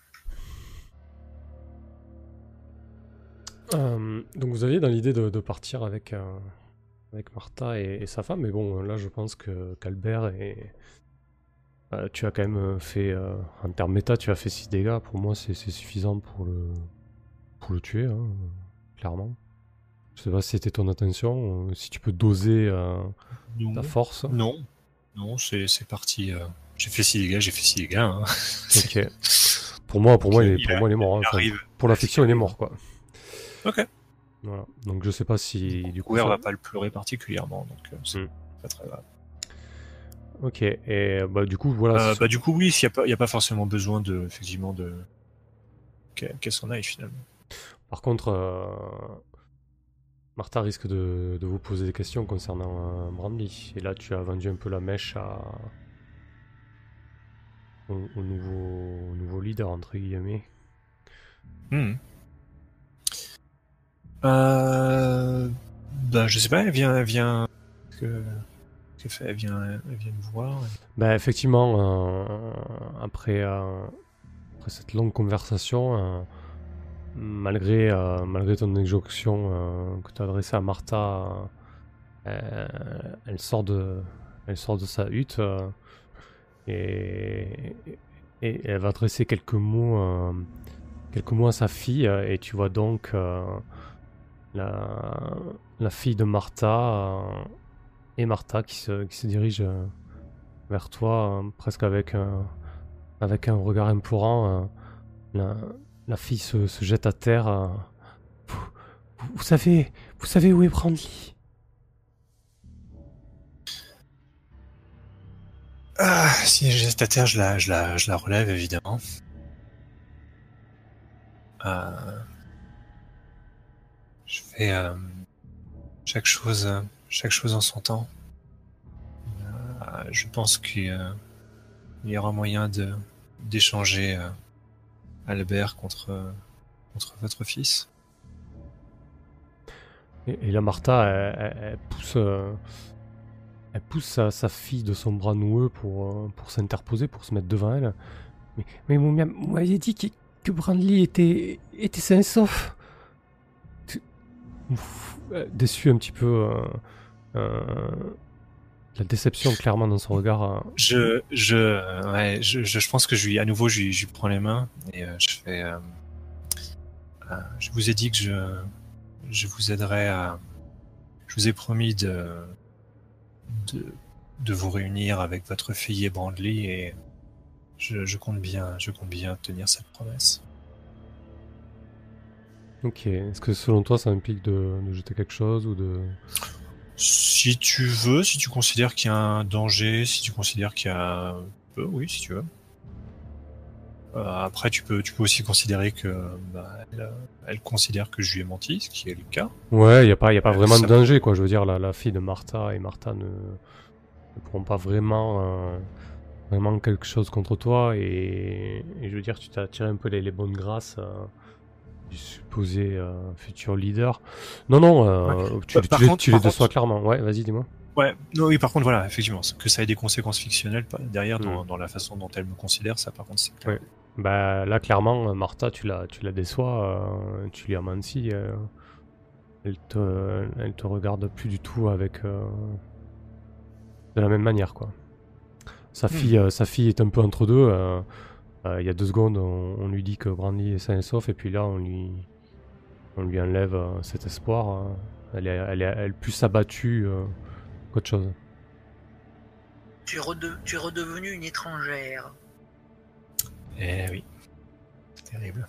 Euh, donc vous aviez dans l'idée de, de partir avec, euh, avec Martha et, et sa femme, mais bon, là je pense que qu'Albert est... Euh, tu as quand même fait, euh, en termes méta, tu as fait six dégâts, pour moi c'est c'est suffisant pour le, pour le tuer, hein, clairement. Je sais pas si c'était ton intention, euh, si tu peux doser euh, Non. ta force. Non. Non, c'est, c'est parti. euh, J'ai fait six dégâts, j'ai fait six dégâts. Hein. Ok. Pour moi, pour moi, il est, Il pour a- moi, il est mort. hein. il Enfin, arrive. pour la Ouais, fiction, il est arrive. mort, quoi. Ok. Voilà. Donc je sais pas si du coup. Couer ça- va pas le pleurer particulièrement, donc euh, c'est Hmm. pas très grave. Ok. Et bah du coup, voilà. Euh, c'est- bah du coup, oui, il n'y a, pas- y a pas forcément besoin de, effectivement, de qu'elle qu'elle s'en aille finalement. Par contre, euh, Martha risque de, de vous poser des questions concernant euh, Brandy. Et là, tu as vendu un peu la mèche à au, au nouveau, au nouveau leader entre guillemets. Hmm. Euh, bah je sais pas, elle vient, elle vient, que, que fait, elle vient, elle vient me voir. Bah effectivement, euh, après, euh, après cette longue conversation, euh, malgré, euh, malgré ton injonction euh, que tu as adressée à Martha, euh, elle, sort de, elle sort de sa hutte euh, et, et elle va adresser quelques mots, euh, quelques mots à sa fille. euh, Et tu vois donc euh, la, la fille de Martha euh, et Martha qui se, qui se dirigent euh, vers toi, euh, presque avec un, avec un regard implorant. euh, la, la fille se, se jette à terre. euh, vous, vous- vous savez, vous savez où est Brandley? Ah, si j'ai cette terre, je la, je la, je la relève évidemment. Euh, je fais euh, chaque chose, euh, chaque chose en son temps. Euh, je pense qu'il euh, il y aura moyen de d'échanger euh, Albert contre euh, contre votre fils. Et, et là, Martha, elle, elle- elle pousse, euh, elle pousse sa, sa fille de son bras noueux pour, euh, pour s'interposer, pour se mettre devant elle. Mais, mais vous m'a- vous m'aviez dit que, que Brandley était, était sain et sauf. Tu- Ouf, euh, déçu un petit peu. euh, euh, la déception clairement dans son regard. euh. Je je euh, ouais, je, je je pense que je lui à nouveau je lui, je lui prends les mains et euh, je fais. euh, euh, je vous ai dit que je je vous aiderai à. Je vous ai promis de de de vous réunir avec votre fille et Brandley et je, je compte bien je compte bien tenir cette promesse. Ok, est-ce que selon toi ça implique de, de jeter quelque chose ou de... Si tu veux, si tu considères qu'il y a un danger, si tu considères qu'il y a... Euh, oui, si tu veux. Euh, après, tu peux, tu peux aussi considérer que bah, elle, elle considère que je lui ai menti, ce qui est le cas. Ouais, il n'y a pas, y a pas Euh, vraiment de ça- danger, quoi. Je veux dire, la, la fille de Martha et Martha ne, ne pourront pas vraiment, euh, vraiment quelque chose contre toi. Et, et je veux dire, tu t'as tiré un peu les, les bonnes grâces euh, du supposé euh, futur leader. Non, non, euh, tu, Bah, tu par les, contre- tu les par déçois contre- clairement. Ouais, vas-y, dis-moi. Ouais, non, oui, par contre, voilà, effectivement, que ça ait des conséquences fictionnelles pas- derrière dans, Hmm. dans la façon dont elle me considère, ça, par contre, c'est clair. Ouais. Bah, là, clairement, euh, Martha, tu la, tu la déçois, euh, tu lui as menti. euh, elle, te, elle te regarde plus du tout avec euh, de la même manière, quoi. Sa fille, euh, sa fille est un peu entre deux. euh, euh, Il y a deux secondes, on, on lui dit que Brandy est sain et sauf, et puis là, on lui, on lui enlève euh, cet espoir. euh. Elle est, elle est, elle est plus abattue euh, qu'autre chose. Tu es, rede- tu es redevenue une étrangère. Eh oui, c'est terrible.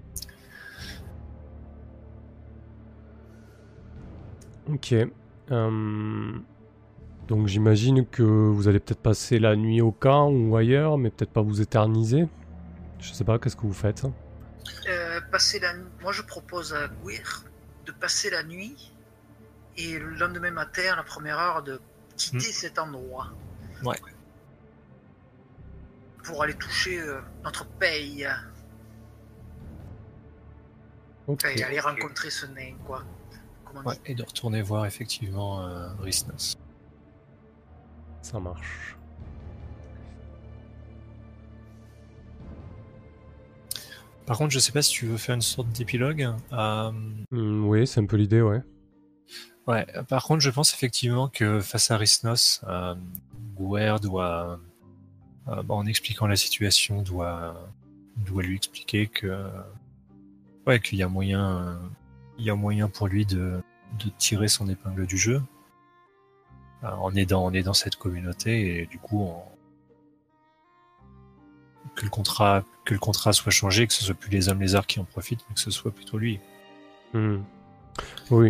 Ok. Euh, donc j'imagine que vous allez peut-être passer la nuit au camp ou ailleurs, mais peut-être pas vous éterniser. Je sais pas, qu'est-ce que vous faites? Euh, passer la... Moi, je propose à Gouir de passer la nuit et le lendemain matin, à la première heure, de quitter Mm. cet endroit. Ouais. Pour aller toucher euh, notre paye. Ok. Enfin, aller rencontrer ce nain, quoi. Comment on Ouais, dit et de retourner voir effectivement euh, Rhysnos. Ça marche. Par contre, je sais pas si tu veux faire une sorte d'épilogue. Euh, Hmm, oui, c'est un peu l'idée, ouais. ouais, par contre, je pense effectivement que face à Rhysnos, euh, Gouer doit, euh, bah, en expliquant la situation, doit, doit lui expliquer que, ouais, qu'il y a moyen, euh, il y a moyen pour lui de, de tirer son épingle du jeu. euh, en aidant, en aidant cette communauté, et du coup, on... que le contrat, que le contrat soit changé, que ce soit plus les hommes lézards qui en profitent, mais que ce soit plutôt lui. Hmm. Oui.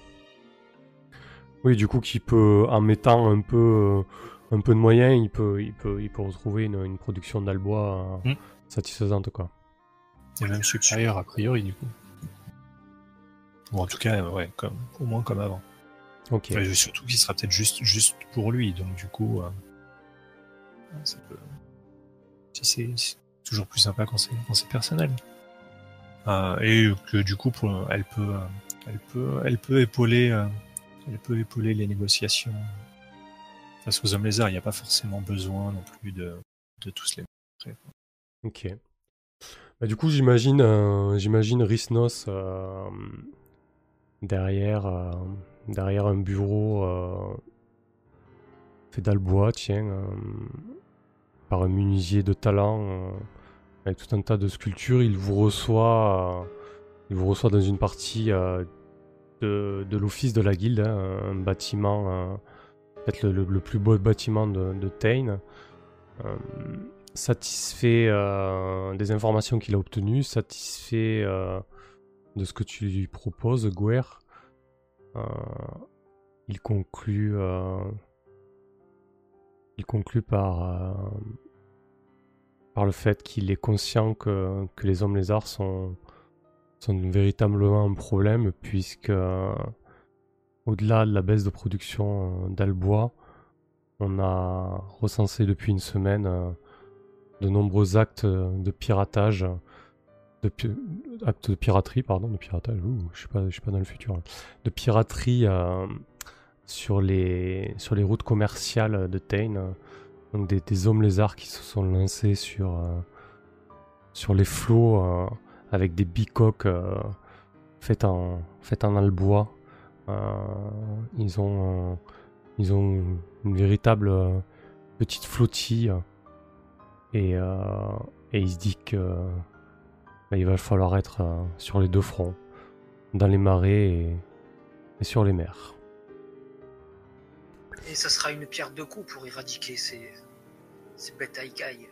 Oui, du coup, qui peut, en mettant un peu, euh, un peu de moyens, il peut, il peut, il peut retrouver une, une production d'Albois euh, Mm. satisfaisante, quoi. Et même supérieur a priori, du coup. Ou en tout cas, euh, ouais, comme, au moins comme avant. Ok. Et surtout qu'il sera peut-être juste, juste pour lui, donc du coup, euh, ça peut... si c'est c'est toujours plus sympa quand c'est quand c'est personnel. Euh, et que du coup, pour, elle peut, euh, elle peut, elle peut épauler, euh, elle peut épauler les négociations face aux hommes lézards. Il n'y a pas forcément besoin non plus de, de tous les montrer. Ok. Bah, du coup, j'imagine, euh, j'imagine Rhysnos euh, derrière, euh, derrière un bureau euh, fait d'Albois, tiens, euh, par un menuisier de talent, euh, avec tout un tas de sculptures. Il vous reçoit, euh, il vous reçoit dans une partie euh, de, de l'office de la guilde, hein, un bâtiment, euh, peut-être le, le- le plus beau bâtiment de, de Tain. Euh, satisfait euh, des informations qu'il a obtenues, satisfait euh, de ce que tu lui proposes, Guer. Euh, il conclut, euh, il conclut par, euh, par le fait qu'il est conscient que, que les hommes lézards sont, sont véritablement un problème, puisque euh, au-delà de la baisse de production euh, d'Albois, on a recensé depuis une semaine euh, de nombreux actes de piratage, de pi- actes de piraterie, pardon, de piratage, ouh, je suis pas, je suis pas dans le futur, hein. De piraterie euh, sur les sur les routes commerciales de Tain, euh, donc des, des hommes lézards qui se sont lancés sur euh, sur les flots euh, avec des bicoques euh, faites en faites en albois. Euh, ils ont euh, ils ont une véritable euh, petite flottille et euh, et il se dit que bah, il va falloir être euh, sur les deux fronts, dans les marais et, et sur les mers. Et ça sera une pierre deux coups pour éradiquer ces, ces bêtes à écailles.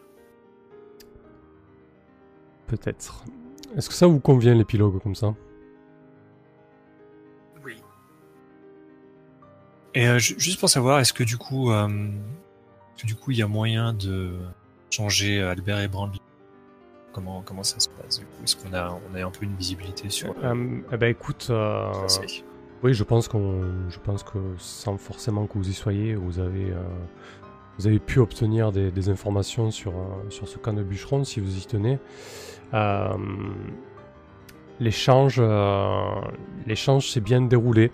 Peut-être. Est-ce que ça vous convient l'épilogue comme ça? Oui. Et euh, ju- juste pour savoir, est-ce que du coup, euh, est-ce que du coup, il y a moyen de changer Albert et Brandly? Comment comment ça se passe du coup? Est-ce qu'on a on a un peu une visibilité sur le Euh, eh ben écoute, euh, tracé? oui, je pense qu'on, je pense que sans forcément que vous y soyez, vous avez, euh, vous avez pu obtenir des, des informations sur euh, sur ce camp de bûcheron si vous y tenez. Euh, l'échange, euh, l'échange s'est bien déroulé.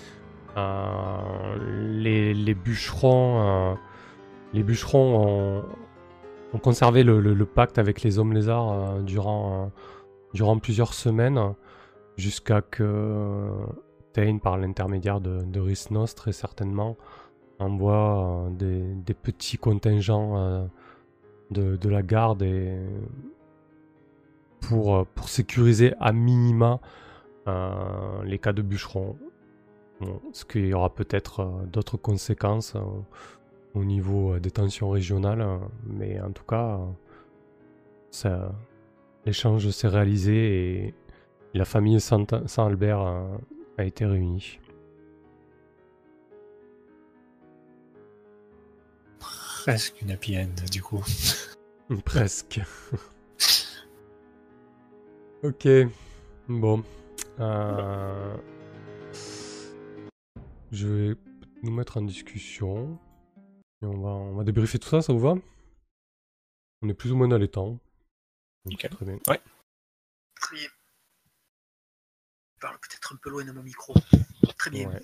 Euh, les, les bûcherons, euh, les bûcherons ont, ont conservé le, le- le pacte avec les hommes lézards euh, durant, euh, durant plusieurs semaines, jusqu'à que euh, Tain, par l'intermédiaire de, de Rhysnos, très certainement, envoie euh, des, des petits contingents euh, de, de la garde et pour, euh, pour sécuriser à minima euh, les cas de bûcherons. Bon, ce qu'il y aura peut-être euh, d'autres conséquences euh, au niveau euh, des tensions régionales, euh, mais en tout cas, euh, ça, l'échange s'est réalisé et la famille Saint-Albert a, a été réunie. Presque une happy end du coup. Presque. Ok, bon. Euh, Je vais nous mettre en discussion. Et on va, on va débriefer tout ça, ça vous va? On est plus ou moins dans les temps. Donc, Nickel. très bien. Ouais. Très bien. Je parle peut-être un peu loin de mon micro. Très bien. Ouais.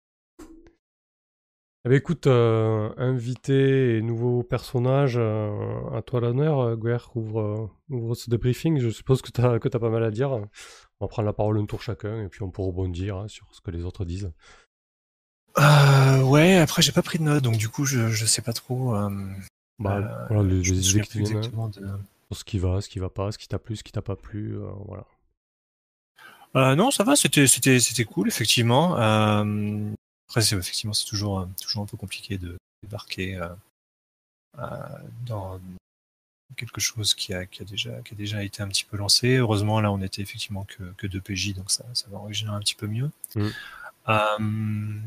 Eh bien, écoute, euh, invité et nouveau personnage, euh, à toi l'honneur, euh, Guer, ouvre, euh, ouvre ce débriefing. Je suppose que tu as que t'as pas mal à dire. On va prendre la parole un tour chacun et puis on peut rebondir hein, sur ce que les autres disent. Euh, ouais, après j'ai pas pris de notes, donc du coup je, je sais pas trop. Euh, Bah, euh, voilà, les, je me les idées souviens qui te plus viennent, hein, exactement de. sur ce qui va, ce qui va pas, ce qui t'a plu, ce qui t'a pas plu, euh, voilà. Euh, non, ça va, c'était c'était c'était cool effectivement. Euh, après, c'est, effectivement, c'est toujours, euh, toujours un peu compliqué de débarquer euh, euh, dans quelque chose qui a, qui, a déjà, qui a déjà été un petit peu lancé. Heureusement, là, on était effectivement que, que deux P J, donc ça, ça va originer un petit peu mieux. Mm. Euh,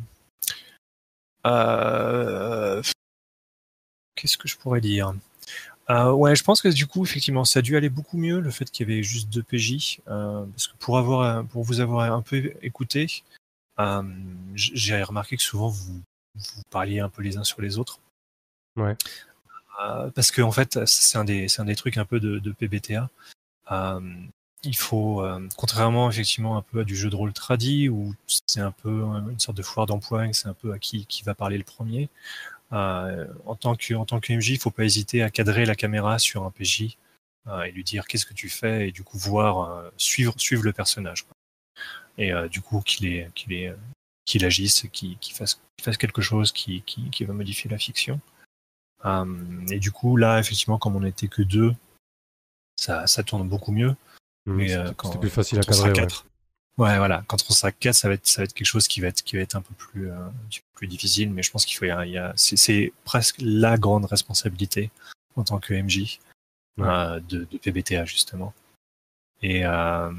euh, Qu'est-ce que je pourrais dire? Euh, ouais, je pense que du coup, effectivement, ça a dû aller beaucoup mieux le fait qu'il y avait juste deux P J, euh, parce que pour avoir, pour vous avoir un peu écouté, euh, j'ai remarqué que souvent vous, vous parliez un peu les uns sur les autres. Ouais. Euh, parce que en fait, c'est un des, c'est un des trucs un peu de, de P B T A. Euh, il faut, euh, contrairement effectivement un peu à du jeu de rôle tradi où c'est un peu une sorte de foire d'empoigne, c'est un peu à qui, qui va parler le premier. Euh, en tant que en tant que M J, il faut pas hésiter à cadrer la caméra sur un P J euh, et lui dire qu'est-ce que tu fais et du coup voir euh, suivre suivre le personnage quoi. Et euh, du coup qu'il est qu'il est qu'il agisse, qu'il qu'il fasse qu'il fasse quelque chose qui qui qui va modifier la fiction. Euh, et du coup là effectivement comme on n'était que deux, ça ça tourne beaucoup mieux. Mmh, mais c'était, euh, quand, c'était plus facile quand à cadrer, on sera ouais. quatre, ouais voilà, quand on sera quatre, ça va être ça va être quelque chose qui va être qui va être un peu plus euh, un petit peu plus difficile, mais je pense qu'il faut il y a, il y a c'est, c'est presque la grande responsabilité en tant que M J Ouais. euh, de, de P B T A justement. Et euh,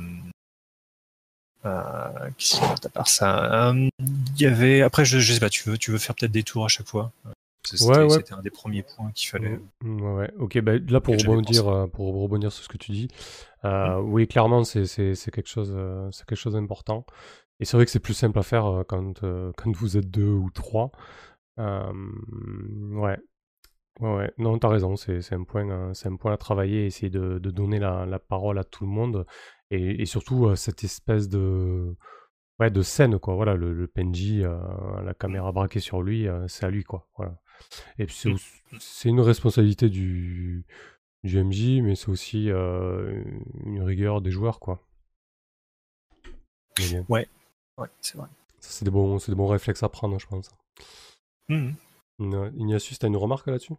euh, qu'est-ce qu'il y a à part ça? Euh, Il y avait après je, je sais pas, tu veux tu veux faire peut-être des tours à chaque fois. C'était, Ouais, ouais. c'était un des premiers points qu'il fallait. Mm, ouais, ouais. Ok, bah, là pour auquel j'avais rebondir, pensé. euh, pour rebondir sur ce que tu dis, euh, Hum, oui, clairement, c'est, c'est, c'est quelque chose, euh, c'est quelque chose d'important. Et c'est vrai que c'est plus simple à faire euh, quand, euh, quand vous êtes deux ou trois. Euh, ouais, ouais, ouais. Non, t'as raison, c'est, c'est un point, euh, c'est un point à travailler, essayer de, de donner la, la parole à tout le monde. Et, et surtout, euh, cette espèce de, ouais, de scène, quoi. Voilà, le, le P N J, euh, la caméra braquée sur lui, euh, c'est à lui, quoi. Voilà. Et puis c'est, hum. aussi- c'est une responsabilité du, du M J, mais c'est aussi euh, une rigueur des joueurs, quoi. Mais bien. Ouais, ouais, c'est vrai. Ça, c'est des bons, c'est des bons réflexes à prendre, je pense. Hum. Une- Ignatius, t'as une remarque là-dessus?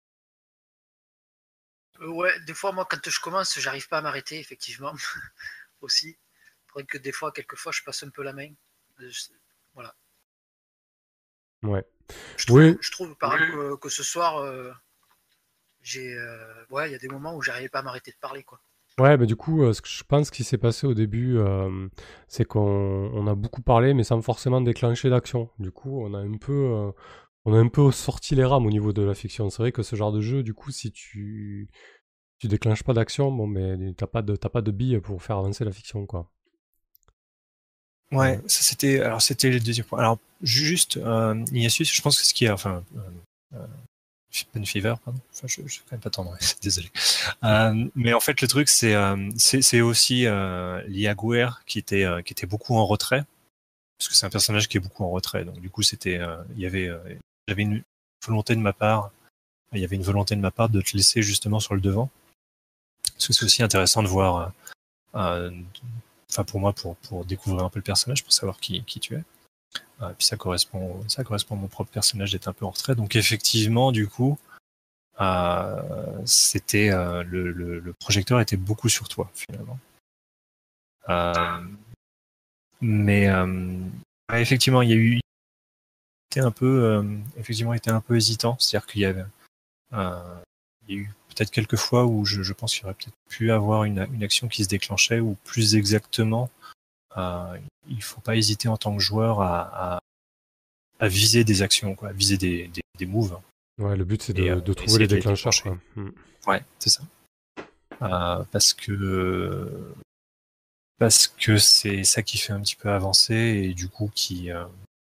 Euh, ouais, des fois, moi, quand je commence, j'arrive pas à m'arrêter, effectivement, aussi. Faudrait que des fois, quelquefois, je passe un peu la main. Euh, je- Voilà. Ouais. Je trouve, Oui, je trouve par exemple, que, que ce soir, euh, j'ai, euh, ouais, il y a des moments où j'arrivais pas à m'arrêter de parler, quoi. ouais, mais du coup, euh, ce que je pense qui s'est passé au début, euh, c'est qu'on on a beaucoup parlé, mais sans forcément déclencher d'action. Du coup, on a un peu, euh, on a un peu sorti les rames au niveau de la fiction. C'est vrai que ce genre de jeu, du coup, si tu, tu déclenches pas d'action, bon, mais t'as pas de, t'as pas de billes pour faire avancer la fiction, quoi. Ouais, Ouais. ça c'était alors c'était le deuxième point. Alors juste euh, Ignatius, je pense que ce qui est enfin euh, euh, Pen Fever, pardon. Enfin, je, je suis quand même pas tendre, désolé. Euh, mais en fait, le truc, c'est euh, c'est, c'est aussi euh, Lia Guer qui était euh, qui était beaucoup en retrait, parce que c'est un personnage qui est beaucoup en retrait. Donc du coup, c'était euh, il y avait euh, j'avais une volonté de ma part, il y avait une volonté de ma part de te laisser justement sur le devant, parce que c'est aussi intéressant de voir. Euh, Enfin, pour moi, pour, pour découvrir un peu le personnage, pour savoir qui, qui tu es. Euh, puis ça correspond, ça correspond à mon propre personnage d'être un peu en retrait. Donc effectivement, du coup, euh, c'était euh, le, le, le projecteur était beaucoup sur toi finalement. Euh, mais euh, ouais, effectivement, il y a eu, était un peu, euh, effectivement, était un peu hésitant. C'est-à-dire qu'il y avait, euh, il y a eu peut-être quelques fois où je, je pense qu'il y aurait peut-être pu avoir une, une action qui se déclenchait, ou plus exactement. Euh, il faut pas hésiter en tant que joueur à, à, à viser des actions, quoi, à viser des, des, des moves Ouais, le but c'est et euh, de, de trouver les essayer de les déclencheurs, déclencher. quoi. Hmm. Ouais, c'est ça. Euh, parce que parce que c'est ça qui fait un petit peu avancer et du coup qui euh,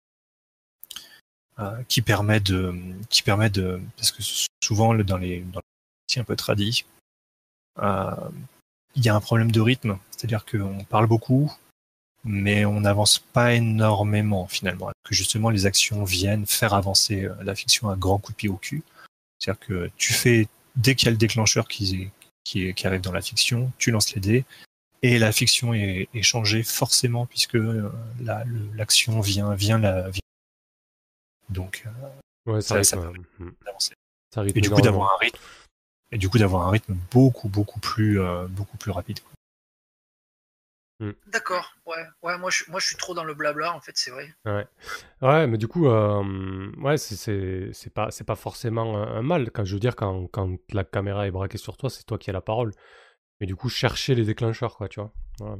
euh, qui permet de qui permet de parce que souvent dans les dans les un peu tradis, euh, il y a un problème de rythme, c'est-à-dire qu'on parle beaucoup mais on n'avance pas énormément finalement. Que justement les actions viennent faire avancer la fiction à grands coups de pied au cul. C'est-à-dire que tu fais, dès qu'il y a le déclencheur qui, qui, qui arrive dans la fiction, tu lances les dés et la fiction est, est changée forcément puisque euh, la, le, l'action vient, vient la. Vient. Donc euh, Ouais, ça ça, ça rythme. permet Hmm. d'avancer. Ça Et rythme du coup énormément. d'avoir un rythme, et du coup d'avoir un rythme beaucoup beaucoup plus euh, beaucoup plus rapide. Quoi. Mm. D'accord, ouais, ouais, moi je, moi je suis trop dans le blabla en fait, c'est vrai. Ouais. Ouais, mais du coup, euh, ouais, c'est c'est c'est pas c'est pas forcément un, un mal. Quand je veux dire, quand quand la caméra est braquée sur toi, c'est toi qui as la parole. Mais du coup, chercher les déclencheurs, quoi, tu vois. Voilà.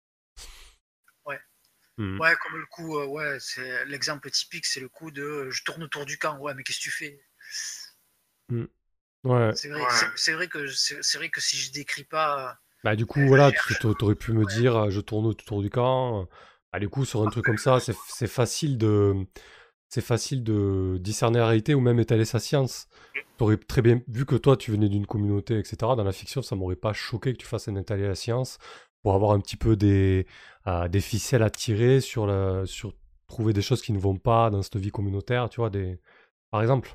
Ouais, Mm. ouais, comme le coup, euh, ouais, c'est l'exemple typique, c'est le coup de euh, je tourne autour du camp, ouais, mais qu'est-ce que tu fais? Mm. Ouais. C'est vrai, c'est, c'est vrai que c'est, c'est vrai que si je décris pas, Bah, du coup, euh, voilà, je tu cherche. t'au- t'aurais pu me Ouais, dire, euh, je tourne autour du camp. Bah, du coup, sur un truc comme ça, c'est c'est facile de c'est facile de discerner la réalité ou même étaler sa science. T'aurais très bien vu que toi, tu venais d'une communauté, et cetera. Dans la fiction, ça m'aurait pas choqué que tu fasses un étaler à la science pour avoir un petit peu des, euh, des ficelles à tirer sur, la, sur trouver des choses qui ne vont pas dans cette vie communautaire, tu vois, des... par exemple.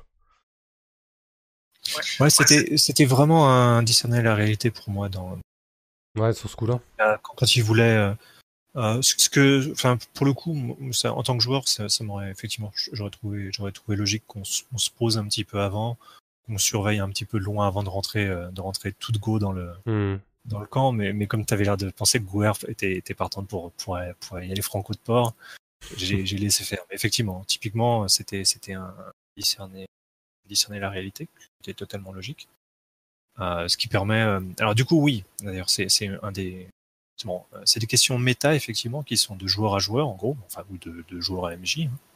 ouais, Ouais, c'était c'était vraiment un discerner la réalité pour moi dans Ouais, sur ce coup-là. quand, quand il voulait. Euh, euh, ce ce que, enfin, pour le coup, m- ça, en tant que joueur, ça, ça m'aurait effectivement, j'aurais trouvé, j'aurais trouvé logique qu'on se on se pose un petit peu avant, qu'on surveille un petit peu loin avant de rentrer, euh, de rentrer tout de go dans le Hmm. dans le camp. Mais, mais comme tu avais l'air de penser que Guerre était, était partante pour pour pour y aller franco de port, j'ai j'ai laissé faire. Mais effectivement, typiquement, c'était c'était un discerner discerner la réalité, qui était totalement logique. Euh, ce qui permet. euh, Alors du coup, oui. D'ailleurs, c'est c'est un des. C'est bon, euh, c'est des questions méta effectivement qui sont de joueur à joueur en gros, enfin ou de, de joueur à M J. Hein.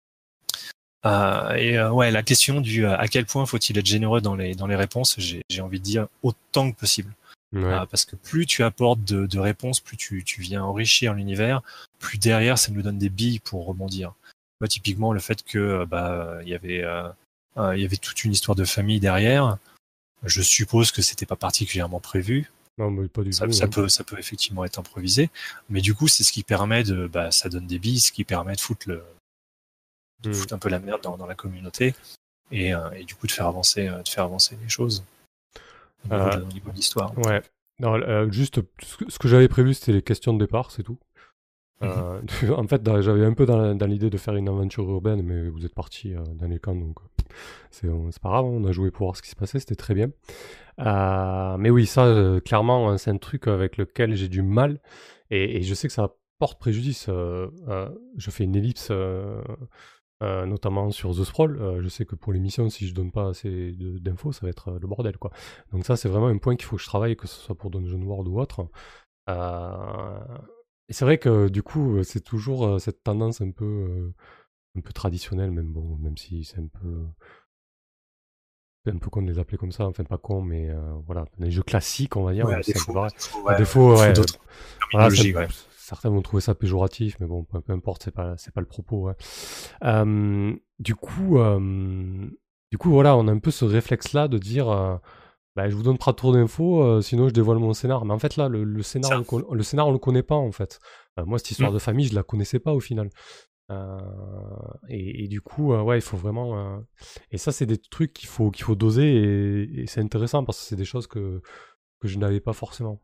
Euh, et euh, ouais, la question du euh, à quel point faut-il être généreux dans les dans les réponses, j'ai j'ai envie de dire autant que possible. Ouais. Euh, parce que plus tu apportes de, de réponses, plus tu, tu viens enrichir l'univers, plus derrière ça nous donne des billes pour rebondir. Moi, typiquement, le fait que euh, bah il y avait euh, euh, il y avait toute une histoire de famille derrière. Je suppose que c'était pas particulièrement prévu. Non, mais pas du Ça, tout. ça Ouais. peut, ça peut effectivement être improvisé, mais du coup, c'est ce qui permet de, bah, ça donne des billes, ce qui permet de foutre le, de Hmm. foutre un peu la merde dans, dans la communauté et, euh, et du coup de faire avancer, euh, de faire avancer les choses au niveau Euh, de, au niveau de l'histoire. ouais. Non, euh, juste, ce que, ce que j'avais prévu, c'était les questions de départ, c'est tout. Mhm. Euh, en fait, dans- j'avais un peu dans, dans l'idée de faire une aventure urbaine, mais vous êtes parti euh, dans les camps, donc euh, c'est c'est pas grave, on a joué pour voir ce qui se passait, c'était très bien. Euh, mais oui, ça, euh, clairement, hein, c'est un truc avec lequel j'ai du mal, et, et je sais que ça porte préjudice. Euh, euh, je fais une ellipse, euh, euh, notamment sur The Sprawl. Euh, je sais que pour l'émission, si je donne pas assez de- d'infos, ça va être euh, le bordel, quoi. Donc ça, c'est vraiment un point qu'il faut que je travaille, que ce soit pour Dungeon World ou autre. Euh, et c'est vrai que du coup, euh, c'est toujours euh, cette tendance un peu, euh, un peu traditionnelle, même bon, même si c'est un peu, c'est un peu con de les appeler comme ça, enfin pas con, mais euh, voilà, les jeux classiques, on va dire, Ouais, même à si c'est un peu défaut, à pareil. défaut, À ouais, défaut, à défaut ouais, euh, d'autres voilà, c'est un- terminologies, ouais. certains vont trouver ça péjoratif, mais bon, peu, peu importe, c'est pas, c'est pas le propos. Ouais. Euh, du coup, euh, du coup, voilà, on a un peu ce réflexe-là de dire. Euh, bah, je vous donne pas trop d'infos, euh, sinon je dévoile mon scénar. Mais en fait, là, le, le scénar, on Ça. le, con- le scénar, on le connaît pas, en fait. Euh, moi, cette histoire Mm. de famille, je la connaissais pas au final. Euh, et, et du coup, euh, ouais, il faut vraiment. euh, Et ça, c'est des trucs qu'il faut, qu'il faut doser, et, et c'est intéressant parce que c'est des choses que, que je n'avais pas forcément.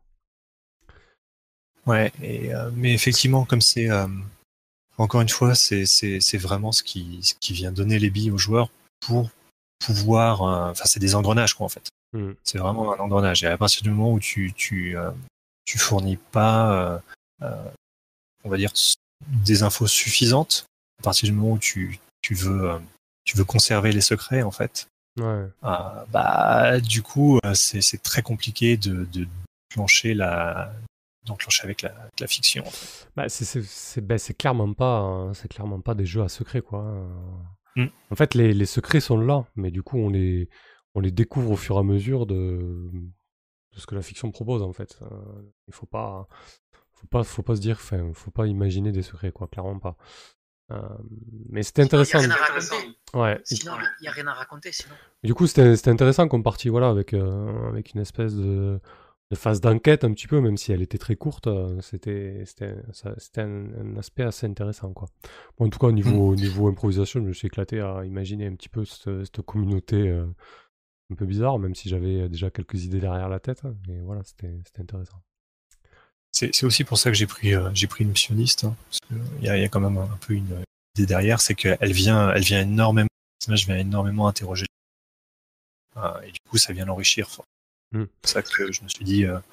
Ouais, et, euh, mais effectivement, comme c'est, euh, encore une fois, c'est, c'est, c'est vraiment ce qui, ce qui vient donner les billes aux joueurs pour pouvoir, euh, enfin, c'est des engrenages, quoi, en fait. Hmm. C'est vraiment un engrenage. Et à partir du moment où tu, tu, euh, tu fournis pas, euh, euh, on va dire, des infos suffisantes, à partir du moment où tu, tu veux, euh, tu veux conserver les secrets, en fait, Ouais. euh, bah, du coup, euh, c'est, c'est très compliqué de, de clencher la, d'enclencher avec la, avec la fiction. En fait. Bah, c'est, c'est, c'est, ben, c'est clairement pas, hein, c'est clairement pas des jeux à secret, quoi. Mm. En fait, les, les secrets sont là, mais du coup, on les, on les découvre au fur et à mesure de, de ce que la fiction propose, en fait. Euh, il faut pas, faut pas, faut pas se dire, enfin, faut pas imaginer des secrets, quoi, clairement pas. Euh, mais c'était Sinon, il n'y a intéressant. rien à raconter. Ouais. Et, Sinon, il n'y a rien à raconter, sinon. et du coup, c'était, c'était intéressant comme partie, voilà, avec, euh, avec une espèce de, de phase d'enquête un petit peu, même si elle était très courte. euh, C'était, c'était, ça- c'était un, un aspect assez intéressant, quoi. Bon, en tout cas, au niveau, au niveau improvisation, je me suis éclaté à imaginer un petit peu cette, cette communauté euh, un peu bizarre, même si j'avais déjà quelques idées derrière la tête. hein, Mais voilà, c'était, c'était intéressant. C'est, c'est aussi pour ça que j'ai pris, euh, j'ai pris une missioniste. Hein, parce qu'il y a, il y a quand même un, un peu une idée derrière, c'est qu'elle vient, elle vient énormément, je viens énormément interroger. Euh, et du coup, ça vient l'enrichir. Mm. C'est pour ça que je me suis dit, euh,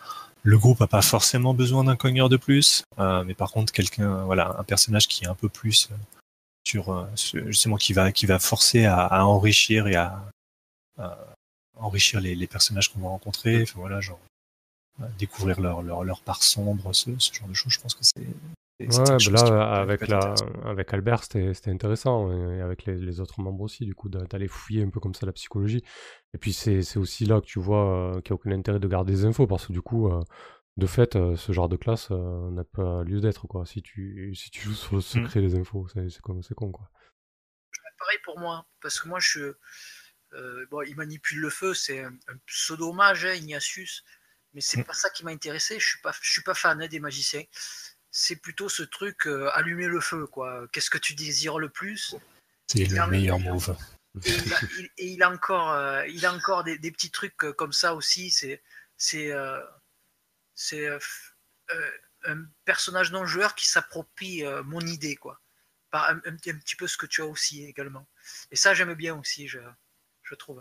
le groupe a pas forcément besoin d'un cogneur de plus, euh, mais par contre quelqu'un, voilà, un personnage qui est un peu plus euh, sur euh, justement qui va qui va forcer à, à enrichir et à, à enrichir les, les personnages qu'on va rencontrer. Enfin voilà, genre euh, découvrir leur leur leur part sombre, ce, ce genre de choses. Je pense que c'est c'est Ouais, quelque bah chose qui peut, là, peut avec, être la, intéressant. avec Albert, c'était c'était intéressant, et avec les, les autres membres aussi, du coup, d'a- d'aller fouiller un peu comme ça la psychologie. Et puis, c'est c'est aussi là que tu vois euh, qu'il n'y a aucun intérêt de garder des infos, parce que du coup, euh, de fait, euh, ce genre de classe euh, n'a pas lieu d'être, quoi. Si tu, si tu joues sur le Mm. secret des infos, c'est c'est con, c'est con, quoi. Pareil pour moi, parce que moi, je, euh, bon, il manipule le feu, c'est un, un pseudo-mage, hein, Ignatius, mais c'est Mm. pas ça qui m'a intéressé. Je suis pas, je suis pas fan hein, des magiciens. C'est plutôt ce truc euh, allumer le feu, quoi. Qu'est-ce que tu désires le plus? C'est Il le a- meilleur move. Et il a, il, et il a encore, euh, il a encore des, des petits trucs euh, comme ça aussi. C'est, c'est, euh, c'est euh, euh, un personnage non joueur qui s'approprie euh, mon idée, quoi. Par un, un, un petit peu ce que tu as aussi également. Et ça, j'aime bien aussi, je, je trouve.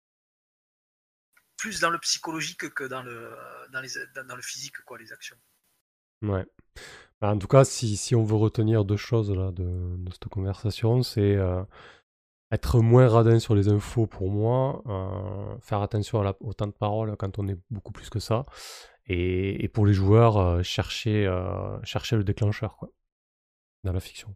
Plus dans le psychologique que dans le, dans les, dans, dans le physique, quoi, les actions. Ouais. Bah, en tout cas, si, si on veut retenir deux choses là, de, de cette conversation, c'est euh, être moins radin sur les infos pour moi, euh, faire attention à la, au temps de parole quand on est beaucoup plus que ça, et, et pour les joueurs, euh, chercher, euh, chercher le déclencheur, quoi, dans la fiction.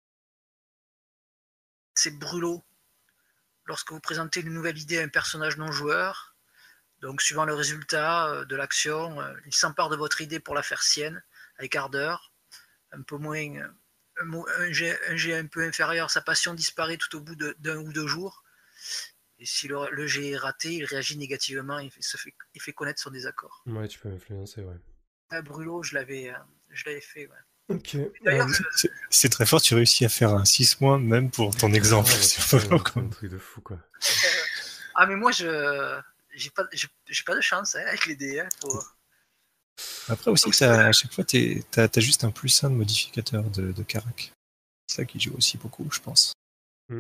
C'est brûlot. Lorsque vous présentez une nouvelle idée à un personnage non joueur, donc suivant le résultat euh, de l'action, euh, il s'empare de votre idée pour la faire sienne, avec ardeur, un peu moins, un, un, jet, un jet un peu inférieur, sa passion disparaît tout au bout de, d'un ou deux jours. Et si le, le jet est raté, il réagit négativement, il fait, se fait, il fait connaître son désaccord. Ouais, tu peux influencer, ouais. À Brûlot, je l'avais, euh, je l'avais fait, ouais. Ok. D'ailleurs, Euh, C'est- C'est très fort, tu réussis à faire un six mois même pour ton exemple. ouais, sur c'est Polo, un, quoi. un truc de fou, quoi. ah, mais moi, je j'ai pas, j'ai, j'ai pas de chance hein, avec les dés. Hein, faut... Après aussi, t'as- à chaque fois, t'es- t'as as juste un plus un de modificateur de, de Carac. C'est ça qui joue aussi beaucoup, je pense. Mm.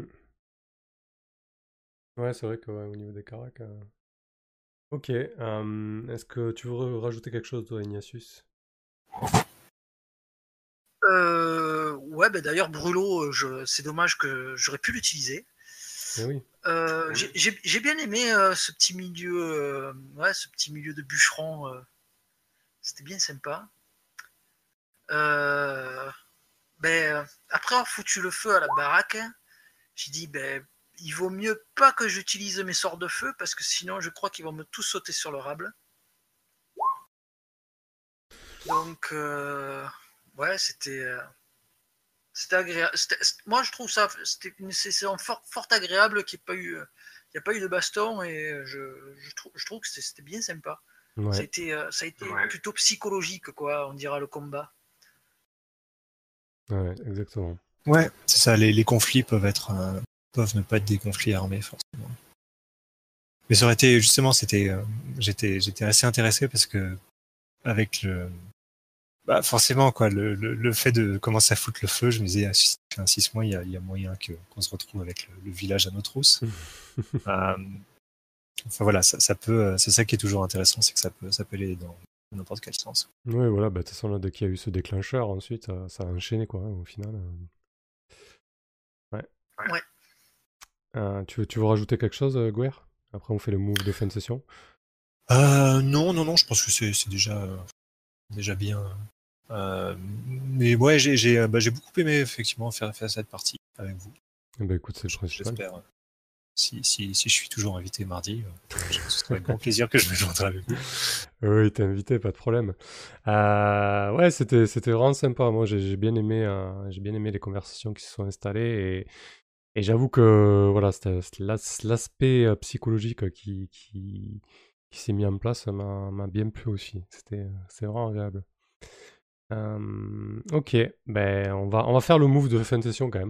Ouais, c'est vrai que ouais, au niveau des caracs. euh, Ok. euh, Est-ce que tu veux rajouter quelque chose, toi, Ignatius? Euh, ouais, bah d'ailleurs, Brûlot, je, c'est dommage que j'aurais pu l'utiliser. Eh oui. Euh, j'ai, j'ai, j'ai bien aimé euh, ce petit milieu, euh, ouais, ce petit milieu de bûcheron. Euh, c'était bien sympa. Euh, ben, après avoir foutu le feu à la baraque, j'ai dit, ben, il vaut mieux pas que j'utilise mes sorts de feu parce que sinon, je crois qu'ils vont me tous sauter sur le rable. Donc, euh, ouais, c'était. Euh, C'était agréable. C'était, moi, je trouve ça, c'était une session fort, fort agréable qu'il n'y ait pas eu, il n'y a pas eu de baston et je, je, trouve, je trouve que c'était, c'était bien sympa. Ouais. Ça a été, ça a été ouais. plutôt psychologique, quoi, on dira, le combat. Ouais, exactement. Ouais, c'est ça. Les, les conflits peuvent être, euh, peuvent ne pas être des conflits armés forcément. Mais ça aurait été justement, c'était, euh, j'étais, j'étais assez intéressé parce que avec le, bah forcément quoi, le, le, le fait de commencer à foutre le feu, je me disais, ah, un six mois, il y a, il y a moyen que qu'on se retrouve avec le, le village à nos trousses. euh, enfin voilà, ça, ça peut, c'est ça qui est toujours intéressant, c'est que ça peut, ça peut aller dans n'importe quel sens. Oui, voilà, bah, de toute façon, là, dès qu'il y a eu ce déclencheur, ensuite, ça, ça a enchaîné, quoi, au final. euh. Ouais. Ouais. Euh, tu, veux, tu veux rajouter quelque chose, euh, Guer? Après, on fait le move de fin de session. Euh, non, non, non, je pense que c'est, c'est déjà, euh, déjà bien. Euh, mais ouais, j'ai, j'ai, bah, j'ai beaucoup aimé, effectivement, faire, faire cette partie avec vous. Eh ben, écoute, c'est le principal. J'espère. Si, si, si je suis toujours invité mardi, euh, ce serait avec grand plaisir que je me joindrai avec vous. Oui, t'es invité, pas de problème. Euh, ouais, c'était, c'était vraiment sympa. Moi, j'ai, j'ai bien aimé, euh, j'ai bien aimé les conversations qui se sont installées et, et j'avoue que voilà, c'était, c'était l'as, l'aspect euh, psychologique qui, qui, qui s'est mis en place m'a, m'a bien plu aussi. C'était, c'est vraiment agréable. Euh, ok, ben on va, on va faire le move de fin de session quand même.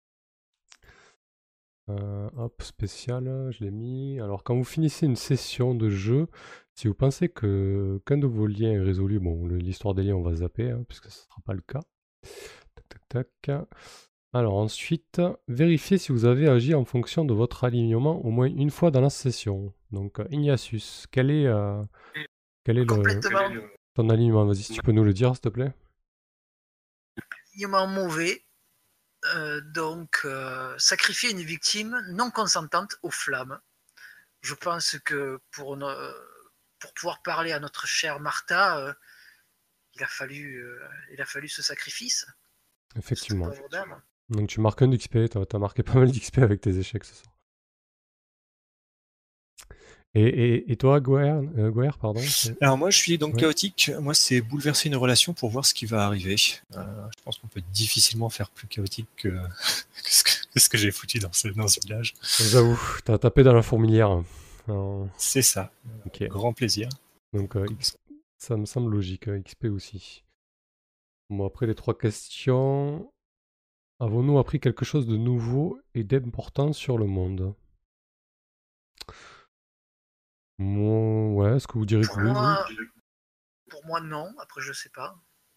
Euh, hop, spécial, je l'ai mis. Alors, quand vous finissez une session de jeu, si vous pensez que qu'un de vos liens est résolu, bon, le- l'histoire des liens, on va zapper, hein, puisque ce ne sera pas le cas. Tac, tac, tac. Alors, ensuite, vérifiez si vous avez agi en fonction de votre alignement au moins une fois dans la session. Donc, euh, Ignatius, quel est, euh, quel est le... Complètement. Ton aliment, vas-y, si tu peux nous le dire, s'il te plaît. Aliment mauvais, euh, donc euh, sacrifier une victime non consentante aux flammes. Je pense que pour, no- pour pouvoir parler à notre chère Martha, euh, il, a fallu, euh, il a fallu ce sacrifice. Effectivement. Cette pauvre dame. Donc tu marques un d'X P, t'as as marqué pas mal d'X P avec tes échecs ce soir. Et, et, et toi, Guer, euh, Guer, pardon c'est- Alors moi, je suis donc Ouais. chaotique. Moi, c'est bouleverser une relation pour voir ce qui va arriver. Euh, je pense qu'on peut difficilement faire plus chaotique que, que ce que, que ce que j'ai foutu dans ce, dans ce village. J'avoue, t'as tapé dans la fourmilière. Alors, C'est ça. ok. Grand plaisir. Donc euh, X- ça me semble logique, euh, X P aussi. Bon, après les trois questions, avons-nous appris quelque chose de nouveau et d'important sur le monde? Moi, ouais, est-ce que vous direz que Pour oui, vous moi, pour moi, non. Après, je sais pas.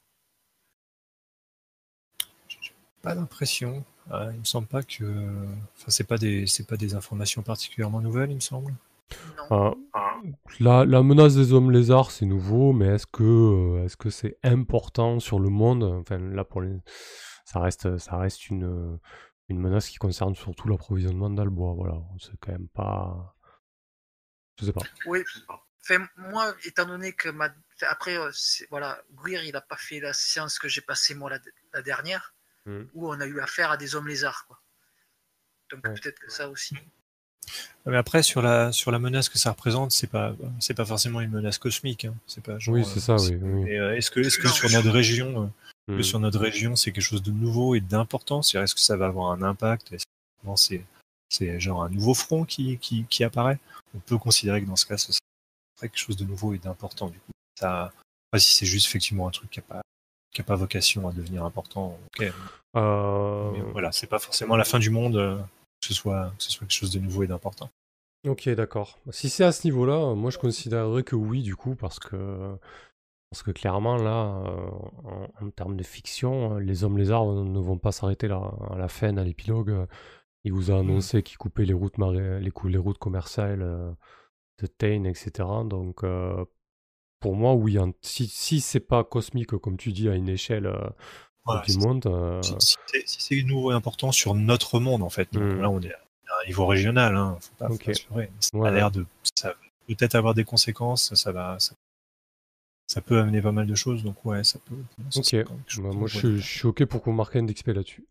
Pas d'impression. Euh, il me semble pas que. Enfin, c'est pas des, c'est pas des informations particulièrement nouvelles, il me semble. Non. Ah, la, la menace des hommes lézards, c'est nouveau, mais est-ce que euh, est-ce que c'est important sur le monde? Enfin, là, pour les... ça reste, ça reste une, une menace qui concerne surtout l'approvisionnement dans le bois. Voilà, c'est quand même pas. Je sais pas. Oui. Enfin, moi, étant donné que ma... enfin, après, euh, c'est- voilà, Guir, il n'a pas fait la séance que j'ai passée moi la, la dernière, Mm. où on a eu affaire à des hommes lézards, quoi. Donc Ouais. peut-être que ça aussi. Mais après, sur la, sur la menace que ça représente, c'est pas, c'est pas forcément une menace cosmique. Hein. C'est pas genre. Oui, c'est ça, c'est- oui, oui. Mais, euh, est-ce que, est-ce que Non. sur notre région, euh, Mm. que sur notre région, c'est quelque chose de nouveau et d'important? C'est-à-dire, est-ce que ça va avoir un impact? Est-ce que non, c'est, c'est genre un nouveau front qui, qui, qui apparaît? On peut considérer que dans ce cas, ce serait quelque chose de nouveau et d'important. Du coup, ça, enfin, si c'est juste effectivement un truc qui a pas, qui a pas vocation à devenir important, ok. Euh, Mais voilà, c'est pas forcément la fin du monde, euh, que ce soit, que ce soit quelque chose de nouveau et d'important. Ok, d'accord. Si c'est à ce niveau-là, moi je considérerais que oui, du coup, parce que parce que clairement là, euh, en, en termes de fiction, euh, les hommes lézards euh, ne vont pas s'arrêter là à la fin, à l'épilogue. Il vous a annoncé qu'il coupait les routes mari- les, cou- les routes commerciales euh, de Tain, et cetera. Donc euh, pour moi, oui, hein, si, si c'est pas cosmique comme tu dis à une échelle euh, Ouais, du c'est- monde, euh, Si, si c'est si c'est nouveau et important sur notre monde, en fait. Donc Hmm. là, on est à un niveau régional, hein. Faut pas, faut Ok. pas se leurrer. Ça Ouais, a l'air ouais. de, ça va peut-être avoir des conséquences. Ça va, ça, ça peut amener pas mal de choses. Donc ouais, ça peut. ça, Ok. c'est quand même quelque chose Bah, de moi je nouveau et suis, je suis ok pour qu'on marque un d'X P là-dessus.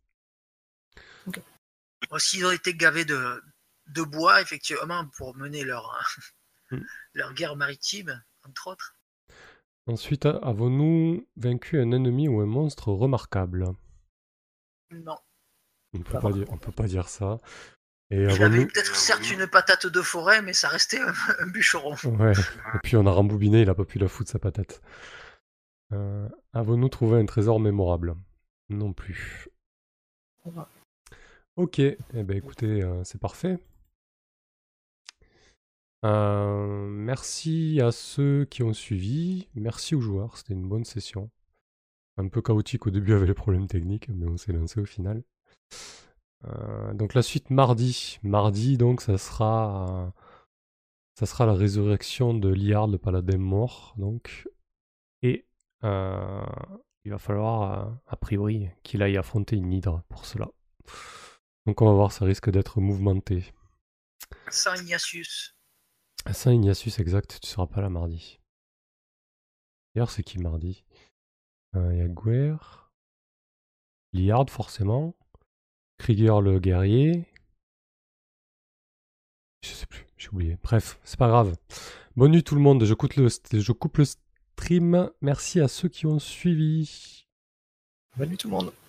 Moi, s'ils ont été gavés de, de bois, effectivement, pour mener leur, Mm. leur guerre maritime, entre autres. Ensuite, a- avons-nous vaincu un ennemi ou un monstre remarquable? Non. On ne peut Pas pas vraiment. dire, on peut pas dire ça. Et Il avait avons-nous... eu peut-être certes une patate de forêt, mais ça restait un, un bûcheron. Ouais. Et puis on a rembobiné, il a pas pu la foutre sa patate. Euh, avons-nous trouvé un trésor mémorable? Non plus. Ok. Eh ben écoutez, euh, c'est parfait. Euh, merci à ceux qui ont suivi. Merci aux joueurs. C'était une bonne session. Un peu chaotique au début avec les problèmes techniques, mais on s'est lancé au final. Euh, donc la suite mardi. Mardi, donc ça sera, euh, ça sera la résurrection de Liard, le paladin mort. Donc et euh, il va falloir, euh, a priori, qu'il aille affronter une hydre pour cela. Donc on va voir, ça risque d'être mouvementé. Saint Ignatius. Saint Ignatius, exact. Tu seras pas là mardi. D'ailleurs, c'est qui mardi? Euh, Il y a Guer, Liard forcément, Krieger le guerrier. Je sais plus, j'ai oublié. Bref, c'est pas grave. Bonne nuit tout le monde, je coupe le, je coupe le stream. Merci à ceux qui ont suivi. Bonne nuit tout le monde.